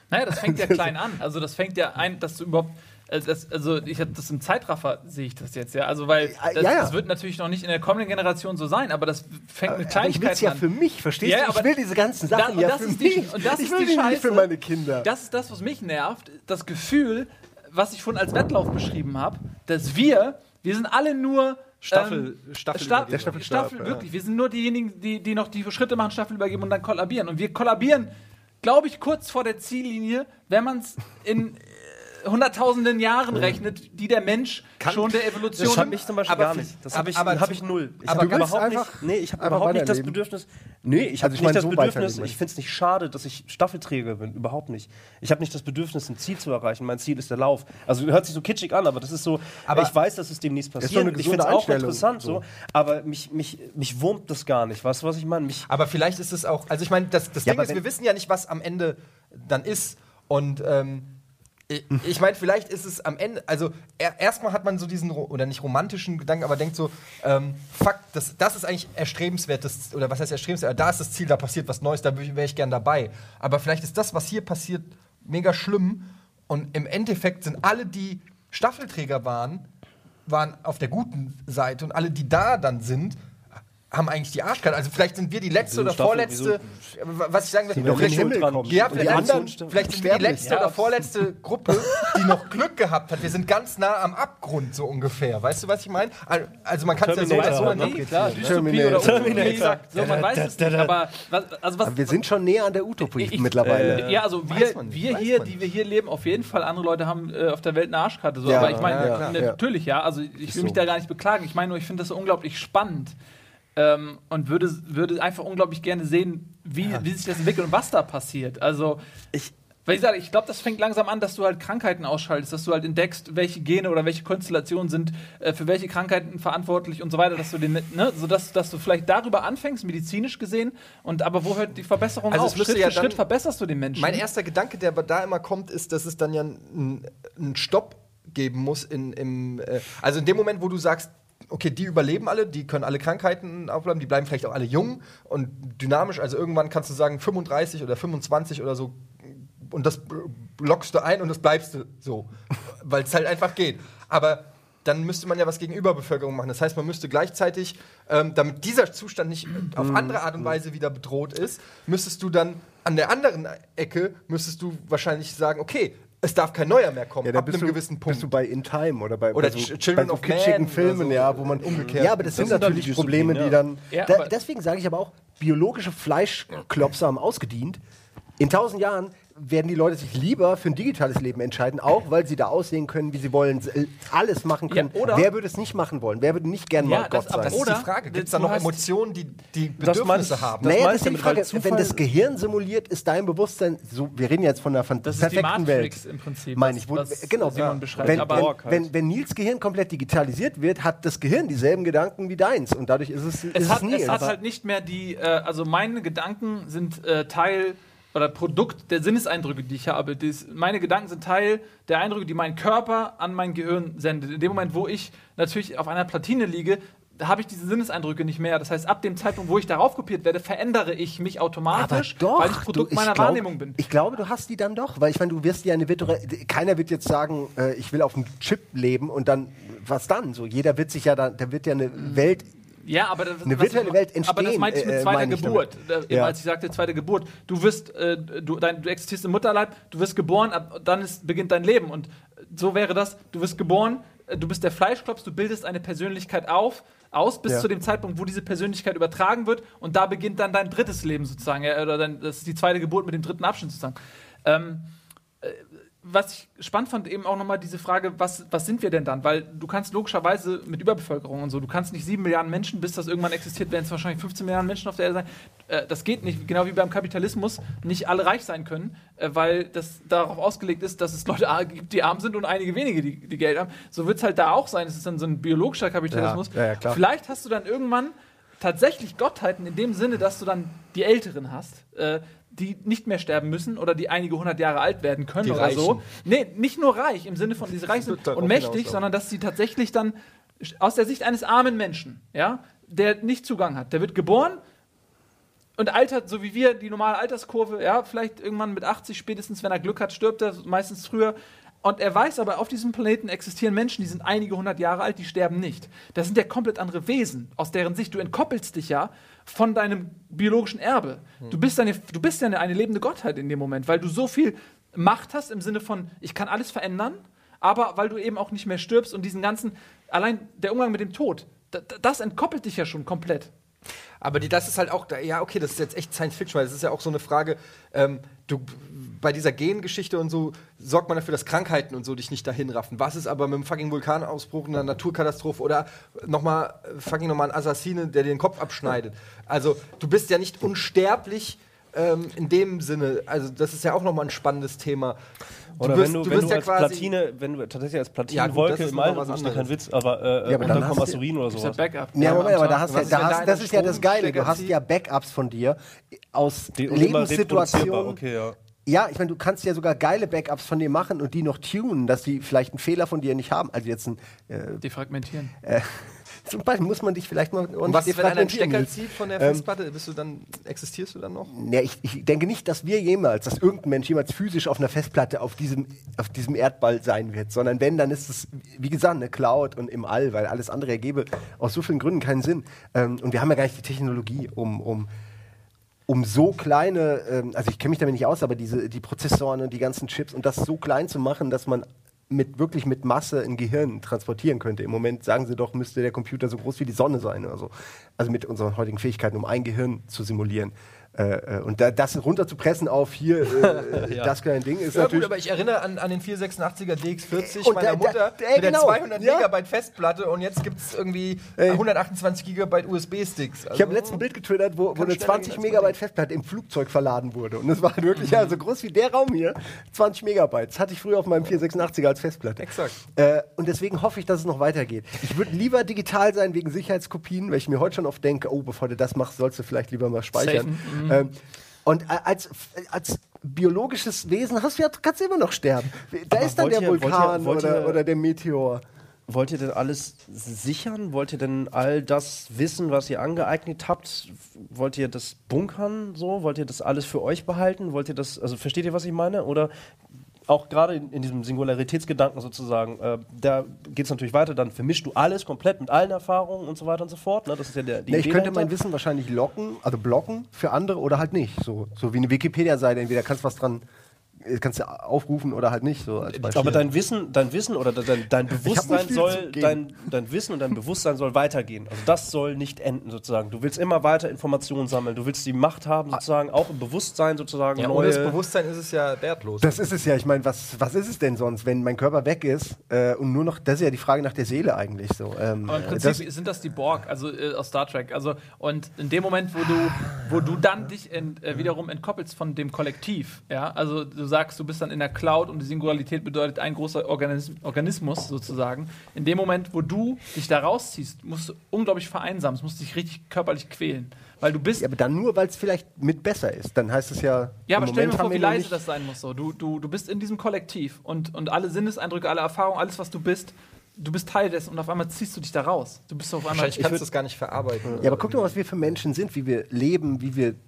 Naja, das fängt ja klein an. Also das fängt ja ein, dass du überhaupt, also, das, also ich habe das im Zeitraffer, sehe ich das jetzt, ja. Also weil das, ja, ja. das wird natürlich noch nicht in der kommenden Generation so sein, aber das fängt mit Aber ich will Kleinigkeiten es ja an. für mich, verstehst Ja, du? aber Ich will diese ganzen Da- Sachen und ja das für ist mich. die- und das ich ist will die die nicht Scheiße. für meine Kinder. Das ist das, was mich nervt, das Gefühl, was ich vorhin als Wettlauf beschrieben habe, dass wir, wir sind alle nur Staffel- ähm, Staffel Sta übergeben. Der Staffelstab, Staffel, ja. wirklich. Wir sind nur diejenigen, die, die noch die Schritte machen, Staffel übergeben und dann kollabieren. Und wir kollabieren, glaube ich, kurz vor der Ziellinie, wenn man es in äh, hunderttausenden Jahren rechnet, die der Mensch schon der Evolution. Das habe ich zum Beispiel aber gar für- nicht. Das aber- habe ich, aber hab zu- ich null. Ich aber habe du willst überhaupt einfach- nicht, nee, ich habe einfach überhaupt nicht das weiterleben. Bedürfnis. Nee, ich habe Also ich nicht meine, das so Bedürfnis. weiterleben. Ich finde es nicht schade, dass ich Staffelträger bin. Überhaupt nicht. Ich habe nicht das Bedürfnis, ein Ziel zu erreichen. Mein Ziel ist der Lauf. Also hört sich so kitschig an, aber das ist so. Aber ich weiß, dass es demnächst ist passiert. doch eine Ich gesunde finde es auch Einstellung, interessant so. so. Aber mich, mich, mich wurmt das gar nicht. Weißt du, was ich meine? Mich Aber vielleicht ist es auch, also ich meine, das, das Ja, Ding aber ist, wenn- wir wissen ja nicht, was am Ende dann ist. Und ähm, ich, ich meine, vielleicht ist es am Ende, also er, erstmal hat man so diesen, ro- oder nicht romantischen Gedanken, aber denkt so, ähm, fuck, das, das ist eigentlich erstrebenswertes, oder was heißt erstrebenswert, da ist das Ziel, da passiert was Neues, da wäre ich gern dabei. Aber vielleicht ist das, was hier passiert, mega schlimm. Und im Endeffekt sind alle, die Staffelträger waren, waren auf der guten Seite und alle, die da dann sind, haben eigentlich die Arschkarte. Also vielleicht sind wir die letzte Wieso oder Staffel? vorletzte, was ich sagen will, Die noch in vielleicht, den Himmel dran. kommen. ja, Und die vielleicht, anderen vielleicht sind wir die sterblich. letzte oder vorletzte Gruppe, die noch Glück gehabt hat. Wir sind ganz nah am Abgrund, so ungefähr. Weißt du, was ich meine? Also man kann es ja so oder so Terminator, nehmen. Nee, klar, Dystopie Terminator. oder Utopie. Terminator. So, man weiß es nicht, aber was, also was, Aber wir sind schon näher an der Utopie Ich- mittlerweile. Äh, ja, also Weiß wir, man nicht, wir weiß hier, man die nicht. wir hier leben, auf jeden Fall. Andere Leute haben äh, auf der Welt eine Arschkarte. So. Ja, aber ich meine, ja, klar, ja. natürlich, ja. Also ich will so. mich da gar nicht beklagen. Ich meine nur, ich finde das so unglaublich spannend. Ähm, und würde, würde einfach unglaublich gerne sehen, wie, wie sich das entwickelt und was da passiert. Also, Ich- weil ich sage, ich glaube, das fängt langsam an, dass du halt Krankheiten ausschaltest, dass du halt entdeckst, welche Gene oder welche Konstellationen sind äh, für welche Krankheiten verantwortlich und so weiter, dass du den, ne, so dass, dass du vielleicht darüber anfängst, medizinisch gesehen, und aber wo hört die Verbesserung Also auf? es müsste Schritt ja für dann- Schritt verbesserst du den Menschen. Mein erster Gedanke, der aber da immer kommt, ist, dass es dann ja einen einen Stopp geben muss in, im, äh, also in dem Moment, wo du sagst, okay, die überleben alle, die können alle Krankheiten aufbleiben, die bleiben vielleicht auch alle jung und dynamisch, also irgendwann kannst du sagen fünfunddreißig oder fünfundzwanzig oder so und das lockst du ein und das bleibst du so, weil es halt einfach geht. Aber dann müsste man ja was gegen Überbevölkerung machen. Das heißt, man müsste gleichzeitig, ähm, damit dieser Zustand nicht auf andere Art und Weise wieder bedroht ist, müsstest du dann an der anderen Ecke, müsstest du wahrscheinlich sagen, okay, es darf kein neuer mehr kommen, Ja, da ab bist einem du, gewissen Punkt. bist du bei In Time oder bei, Oder bei so, Ch- Children bei so of kitschigen Man Filmen, oder so. ja, wo man Umgekehrt. Ja, aber das, Das sind sind dann natürlich die Probleme, Dystopien, die ja. dann. Ja, da, aber- deswegen sage ich aber auch, biologische Fleischklopser haben ausgedient. In tausend Jahren werden die Leute sich lieber für ein digitales Leben entscheiden, auch weil sie da aussehen können, wie sie wollen, s- alles machen können. Ja, oder- Wer würde es nicht machen wollen? Wer würde nicht gern Ja, mal das- Gott aber sein? Das ist Oder die Frage. Gibt es du da noch hast- Emotionen, die die Das Bedürfnisse meinst- haben? das naja, meinst das ist du die mit, weil Frage, Zufall- wenn das Gehirn simuliert, ist dein Bewusstsein, so, wir reden jetzt von einer fan- Das ist die perfekten Matrix Welt. im Prinzip, Meine was- ich, wo, was genau, Simon beschreibt. wenn, Aber- wenn, Borg halt. wenn, wenn Nils Gehirn komplett digitalisiert wird, hat das Gehirn dieselben Gedanken wie deins und dadurch ist es, ist es es, hat, Nils. es hat halt nicht mehr die, äh, also meine Gedanken sind äh, Teil oder Produkt der Sinneseindrücke, die ich habe. Dies, meine Gedanken sind Teil der Eindrücke, die mein Körper an mein Gehirn sendet. In dem Moment, wo ich natürlich auf einer Platine liege, da habe ich diese Sinneseindrücke nicht mehr. Das heißt, ab dem Zeitpunkt, wo ich darauf kopiert werde, verändere ich mich automatisch, weil ich Produkt du, meiner glaub, Wahrnehmung bin. Ich glaube, du hast die dann doch, weil ich meine, du wirst ja eine virtuelle. Keiner wird jetzt sagen, äh, ich will auf einem Chip leben und dann was dann? So, jeder wird sich ja dann, da wird ja eine Welt. Ja, aber das, Eine was virtuelle ich- Welt Aber das entstehen, meinte ich mit äh, zweiter meine ich Geburt. Äh, eben Ja. als ich sagte, zweite Geburt. Du wirst, äh, du, dein, du existierst im Mutterleib, du wirst geboren, ab, dann ist, beginnt dein Leben. Und so wäre das, du wirst geboren, äh, du bist der Fleischklops, du bildest eine Persönlichkeit auf, aus, bis Ja. zu dem Zeitpunkt, wo diese Persönlichkeit übertragen wird. Und da beginnt dann dein drittes Leben sozusagen. Ja, oder dein, das ist die zweite Geburt mit dem dritten Abschnitt sozusagen. Ähm, was ich spannend fand, eben auch nochmal diese Frage, was, was sind wir denn dann? Weil du kannst logischerweise mit Überbevölkerung und so, du kannst nicht sieben Milliarden Menschen, bis das irgendwann existiert, werden es wahrscheinlich fünfzehn Milliarden Menschen auf der Erde sein. Äh, das geht nicht, genau wie beim Kapitalismus, nicht alle reich sein können, äh, weil das darauf ausgelegt ist, dass es Leute gibt, die arm sind und einige wenige, die, die Geld haben. So wird es halt da auch sein. Es ist dann so ein biologischer Kapitalismus. Ja, ja, ja, klar. Vielleicht hast du dann irgendwann tatsächlich Gottheiten in dem Sinne, dass du dann die Älteren hast, äh, die nicht mehr sterben müssen oder die einige hundert Jahre alt werden können Die oder so. Reichen. Nee, nicht nur reich im Sinne von, diese reich sind wird dann und auch mächtig, hinauslaufen. sondern dass sie tatsächlich dann aus der Sicht eines armen Menschen, ja, der nicht Zugang hat, der wird geboren, und altert, so wie wir, die normale Alterskurve, ja, vielleicht irgendwann mit achtzig spätestens, wenn er Glück hat, stirbt er meistens früher. Und er weiß aber, auf diesem Planeten existieren Menschen, die sind einige hundert Jahre alt, die sterben nicht. Das sind ja komplett andere Wesen, aus deren Sicht. Du entkoppelst dich ja von deinem biologischen Erbe. Du bist, eine, du bist ja eine, eine lebende Gottheit in dem Moment, weil du so viel Macht hast im Sinne von, ich kann alles verändern, aber weil du eben auch nicht mehr stirbst und diesen ganzen, allein der Umgang mit dem Tod, das, das entkoppelt dich ja schon komplett. Aber die, das ist halt auch, ja, okay, das ist jetzt echt Science Fiction, weil das ist ja auch so eine Frage, ähm, du, bei dieser Gengeschichte und so sorgt man dafür, dass Krankheiten und so dich nicht dahin raffen. Was ist aber mit einem fucking Vulkanausbruch, einer Naturkatastrophe oder nochmal fucking nochmal ein Assassine, der dir den Kopf abschneidet? Also, du bist ja nicht unsterblich ähm, in dem Sinne. Also, das ist ja auch nochmal ein spannendes Thema. Du Oder wirst, wenn du, du wenn wirst du ja als quasi Platine, wenn du tatsächlich als Ja, Platinenwolke gut, das ist im noch All, was das ist ja kein anderes. Witz, aber äh, Ja, aber und dann dann hast kommt du- Asteroiden oder Das ist ja sowas. Backup. Ja, Moment, aber da Was hast ja, ist, da wenn da hast, einer das ist ja das Geile. Du Stromstecker hast zieht? ja Backups von dir aus Die, und immer reproduzierbar, Lebenssituationen. okay, ja. Ja, ich meine, du kannst ja sogar geile Backups von dir machen und die noch tunen, dass die vielleicht einen Fehler von dir nicht haben. Also jetzt ein äh, Defragmentieren. äh, zum Beispiel muss man dich vielleicht mal Und was ist, wenn einer einen defragmentieren, Stecker Nils. zieht von der Ähm, Festplatte? Bist du dann, existierst du dann noch? Ja, ich, ich denke nicht, dass wir jemals, dass irgendein Mensch jemals physisch auf einer Festplatte auf diesem, auf diesem Erdball sein wird, sondern wenn, dann ist es, wie gesagt, eine Cloud und im All, weil alles andere ergebe aus so vielen Gründen keinen Sinn. Ähm, und wir haben ja gar nicht die Technologie, um, um, um so kleine, ähm, also ich kenne mich damit nicht aus, aber diese, die Prozessoren und die ganzen Chips und das so klein zu machen, dass man mit, wirklich mit Masse ein Gehirn transportieren könnte. Im Moment sagen sie doch, müsste der Computer so groß wie die Sonne sein oder so. Also mit unseren heutigen Fähigkeiten, um ein Gehirn zu simulieren. Äh, äh, und da, das runterzupressen auf hier, äh, Ja. das kleine Ding ist Ja gut, natürlich... aber ich erinnere an, an den vierhundertsechsundachtziger D X vierzig Und meiner da- da- Mutter da- mit genau, der zweihundert ja. Megabyte Festplatte und jetzt gibt es irgendwie Ey. hundertachtundzwanzig Gigabyte U S B-Sticks. Also, Ich habe letztens ein Bild getwittert, wo, wo Kann eine schneller zwanzig gehen, als man Megabyte denkt. Festplatte im Flugzeug verladen wurde. Und das war halt wirklich ja, so groß wie der Raum hier. zwanzig Megabyte. Das hatte ich früher auf meinem vierhundertsechsundachtziger als Festplatte. Exakt. Äh, und deswegen hoffe ich, dass es noch weitergeht. Ich würde lieber digital sein wegen Sicherheitskopien, weil ich mir heute schon oft denke, oh, bevor du das machst, sollst du vielleicht lieber mal speichern. Ähm, und äh, als, als biologisches Wesen hast du ja, kannst du immer noch sterben. Da Aber ist dann wollt der ihr- wollt ihr- Vulkan wollt oder, ihr- oder der Meteor. Wollt ihr denn alles sichern? Wollt ihr denn all das Wissen, was ihr angeeignet habt, wollt ihr das bunkern so? Wollt ihr das alles für euch behalten? Wollt ihr das, also versteht ihr, was ich meine? Oder auch gerade in, in diesem Singularitätsgedanken sozusagen, äh, da geht es natürlich weiter, dann vermischst du alles komplett mit allen Erfahrungen und so weiter und so fort. Ne? Das ist ja der, die Ne, ich Idee könnte dahinter. mein Wissen wahrscheinlich locken, also blocken für andere oder halt nicht. So, so wie eine Wikipedia-Seite, entweder kannst du was dran, äh, kannst du aufrufen oder halt nicht. So als Beispiel. Aber dein Wissen, dein Wissen oder dein, dein Bewusstsein viel soll, zu geben. dein, dein Wissen und dein Bewusstsein soll weitergehen. Also das soll nicht enden sozusagen. Du willst immer weiter Informationen sammeln. Du willst die Macht haben sozusagen, auch im Bewusstsein sozusagen ja, ohne neue. das Bewusstsein ist es ja wertlos. Das ist es ja, ich meine, was, was ist es denn sonst, wenn mein Körper weg ist äh, und nur noch, das ist ja die Frage nach der Seele eigentlich so. Ähm, Aber im äh, Prinzip das, sind das die Borg, also äh, aus Star Trek. Also, und in dem Moment, wo du, wo du dann dich ent, äh, wiederum entkoppelst von dem Kollektiv, ja, also du sagst, du bist dann in der Cloud und die Singularität bedeutet ein großer Organism, Organismus sozusagen. In dem Moment, wo du dich da rausziehst, musst du unglaublich vereinsamen, musst dich richtig körperlich quälen. Weil du bist. ja, aber dann nur, weil es vielleicht mit besser ist. Dann heißt es ja. Ja, im aber stell dir Moment mal vor, haben wie wir noch leise nicht- das sein muss. So. Du, du, du bist in diesem Kollektiv und, und alle Sinneseindrücke, alle Erfahrungen, alles, was du bist, du bist Teil dessen und auf einmal ziehst du dich da raus. Du bist auf einmal. Wahrscheinlich kannst du das gar nicht verarbeiten. Ja, aber guck doch mal, was wir für Menschen sind, wie wir leben, wie wir äh,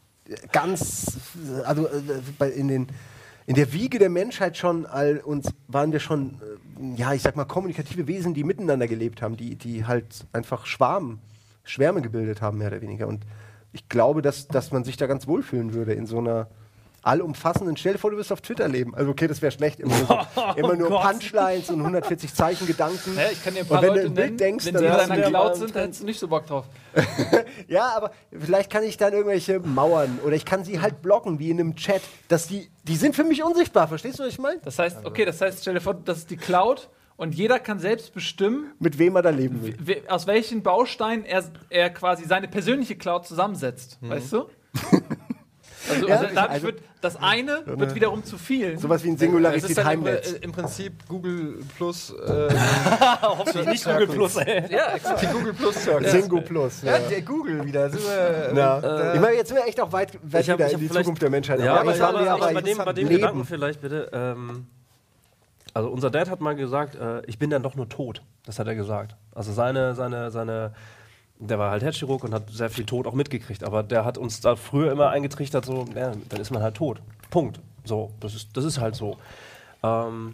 ganz, äh, also äh, bei, in, den, in der Wiege der Menschheit schon all uns waren wir schon, äh, ja, ich sag mal, kommunikative Wesen, die miteinander gelebt haben, die, die halt einfach Schwarm, Schwärme gebildet haben, mehr oder weniger. Und ich glaube, dass, dass man sich da ganz wohlfühlen würde in so einer allumfassenden, stell dir vor, du wirst auf Twitter leben. Also okay, das wäre schlecht, immer nur, so, immer nur Gott. Punchlines und hundertvierzig Zeichen Gedanken. Hä, ich kann dir ein paar Und wenn Leute du ein Bild nennen, denkst, wenn dann die in hast deiner du- Cloud sind, dann hättest du nicht so Bock drauf. Ja, aber vielleicht kann ich dann irgendwelche Mauern oder ich kann sie halt blocken, wie in einem Chat, dass die, die sind für mich unsichtbar, verstehst du, was ich meine? Das heißt, okay, das heißt, stell dir vor, das ist die Cloud und jeder kann selbst bestimmen, Mit wem er da leben will. we- aus welchen Bausteinen er, er quasi seine persönliche Cloud zusammensetzt. Weißt du? Also, Ja, also dadurch also- wird das eine wird wiederum zu vielen. Sowas wie ein Das ist Singularität dann im, Heimnetz. äh, im Prinzip Google Plus. Äh, Hoffentlich nicht Google Plus, ey. ja, exakt. Die Google Plus Circles. Singo Plus. Ja, Ja. der Google wieder. Sind wir, Ja. äh, Ich meine, jetzt sind wir echt auch weit, weit Ich hab- wieder ich in hab die vielleicht- Zukunft der Menschheit. Ja, aber, jetzt aber, haben wir aber, aber bei dem, bei dem Leben. Gedanken vielleicht bitte. Ähm, also unser Dad hat mal gesagt, äh, ich bin dann doch nur tot. Das hat er gesagt. Also seine, seine, seine, der war halt Herzchirurg und hat sehr viel Tod auch mitgekriegt. Aber der hat uns da früher immer eingetrichtert, so, ja, dann ist man halt tot. Punkt. So, das ist, das ist halt so. Ähm,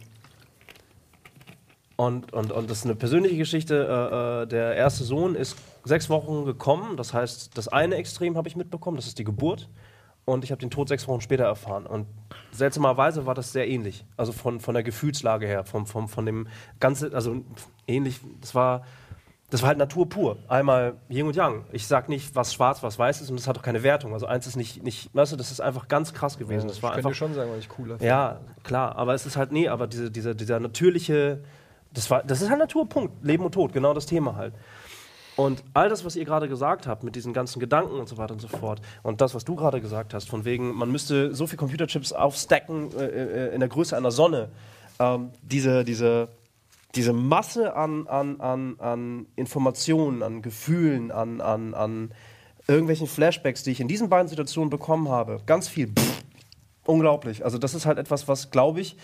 und, und, und das ist eine persönliche Geschichte. Äh, der erste Sohn ist sechs Wochen gekommen. Das heißt, das eine Extrem habe ich mitbekommen, das ist die Geburt. Und ich habe den Tod sechs Wochen später erfahren. Und seltsamerweise war das sehr ähnlich. Also von, von der Gefühlslage her, vom, vom, von dem Ganzen, also ähnlich, das war, das war halt Natur pur. Einmal Yin und Yang. Ich sag nicht, was schwarz, was weiß ist und das hat auch keine Wertung. Also eins ist nicht, nicht weißt du, das ist einfach ganz krass gewesen. Ja, das war ich könnte einfach, dir schon sagen, was ich cooler finde. ja, klar, aber es ist halt, nee, aber diese, diese, dieser natürliche, das, war, das ist halt Natur, Punkt. Leben und Tod, genau das Thema halt. Und all das, was ihr gerade gesagt habt, mit diesen ganzen Gedanken und so weiter und so fort, und das, was du gerade gesagt hast, von wegen, man müsste so viel Computerchips aufstacken äh, äh, in der Größe einer Sonne, ähm, diese, diese, diese Masse an, an, an, an Informationen, an Gefühlen, an, an, an irgendwelchen Flashbacks, die ich in diesen beiden Situationen bekommen habe, ganz viel, pff, unglaublich. Also das ist halt etwas, was, glaube ich,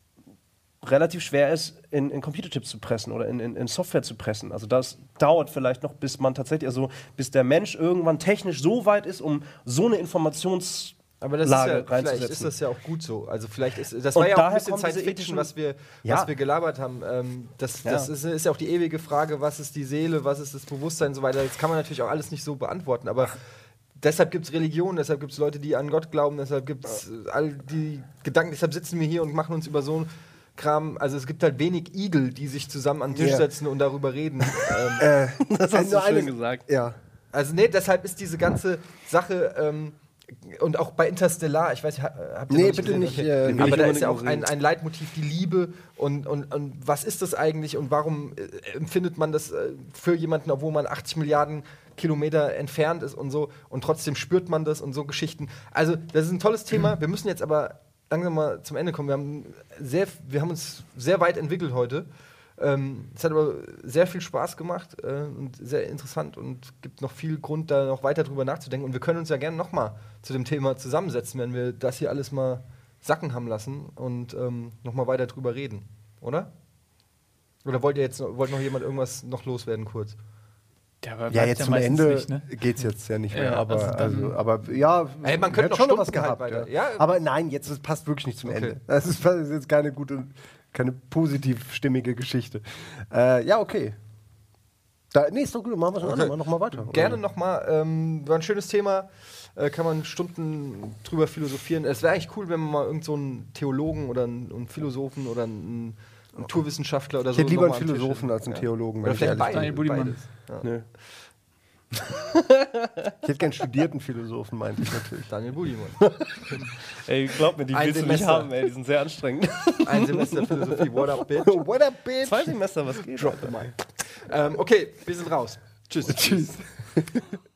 relativ schwer ist, in, in Computerchips zu pressen oder in, in, in Software zu pressen. Also das dauert vielleicht noch, bis man tatsächlich, also bis der Mensch irgendwann technisch so weit ist, um so eine Informationslage Aber das ist ja, vielleicht reinzusetzen. ist das ja auch gut so. Also vielleicht ist das Und war ja auch ein daher bisschen kommen Science diese Fiction, ethischen- was wir, Ja. was wir gelabert haben. Ähm, das das Ja. ist, ist ja auch die ewige Frage, was ist die Seele, was ist das Bewusstsein und so weiter. Das kann man natürlich auch alles nicht so beantworten, aber deshalb gibt es Religion, deshalb gibt es Leute, die an Gott glauben, deshalb gibt es all die Gedanken, deshalb sitzen wir hier und machen uns über so ein Kram, also es gibt halt wenig Igel, die sich zusammen an den Tisch Ja. setzen und darüber reden. ähm, Äh, Das hast nur du schön eine- gesagt. Ja. also nee, deshalb ist diese ganze Sache ähm, und auch bei Interstellar, ich weiß, ha- habt ihr Nee, noch nicht bitte gesehen? nicht, Okay. äh, Den will aber ich da unbedingt ist ja auch noch ein, sehen. ein Leitmotiv, die Liebe und, und, und was ist das eigentlich und warum äh, empfindet man das äh, für jemanden, obwohl man achtzig Milliarden Kilometer entfernt ist und so und trotzdem spürt man das und so Geschichten. Also das ist ein tolles Thema, wir müssen jetzt aber langsam mal zum Ende kommen. Wir haben, sehr, wir haben uns sehr weit entwickelt heute. Ähm, es hat aber sehr viel Spaß gemacht äh, und sehr interessant und gibt noch viel Grund, da noch weiter drüber nachzudenken. Und wir können uns ja gerne nochmal zu dem Thema zusammensetzen, wenn wir das hier alles mal sacken haben lassen und ähm, nochmal weiter drüber reden, oder? Oder wollt ihr jetzt noch, wollt noch jemand irgendwas noch loswerden kurz? Ja, aber Ja, bleibt jetzt zum meistens Ende nicht, ne? geht's jetzt ja nicht mehr, Ja, aber, also also dann- aber ja, Ey, man könnte hätte noch schon noch was Stunden halt gehabt. weiter. Ja. Ja. Aber nein, jetzt das passt wirklich nicht zum Okay. Ende. Das ist, das ist jetzt keine gute, keine positiv stimmige Geschichte. Äh, ja, okay. Da, nee, ist doch gut, machen wir schon Okay. okay. noch mal weiter. Gerne nochmal. Ähm, war ein schönes Thema. Äh, kann man Stunden drüber philosophieren. Es wäre eigentlich cool, wenn man mal irgend so einen Theologen oder einen, einen Philosophen oder einen, einen Naturwissenschaftler oder Ich so. hätte lieber noch einen mal am Tisch Philosophen hätten. als einen Ja. Theologen. Oder wenn ich vielleicht ehrlich beide, Daniel Budimann. beides. Ja. Nö. Ich hätte gern studierten Philosophen, meinte ich natürlich. Daniel Budimann. Ey, glaub mir, die Ein willst du nicht Semester. haben, ey, die sind sehr anstrengend. Ein Semester Philosophie. What up, bitch? What up, bitch? Zwei Semester, was geht? Drop the mic. Ähm, okay, wir sind raus. Tschüss. Tschüss.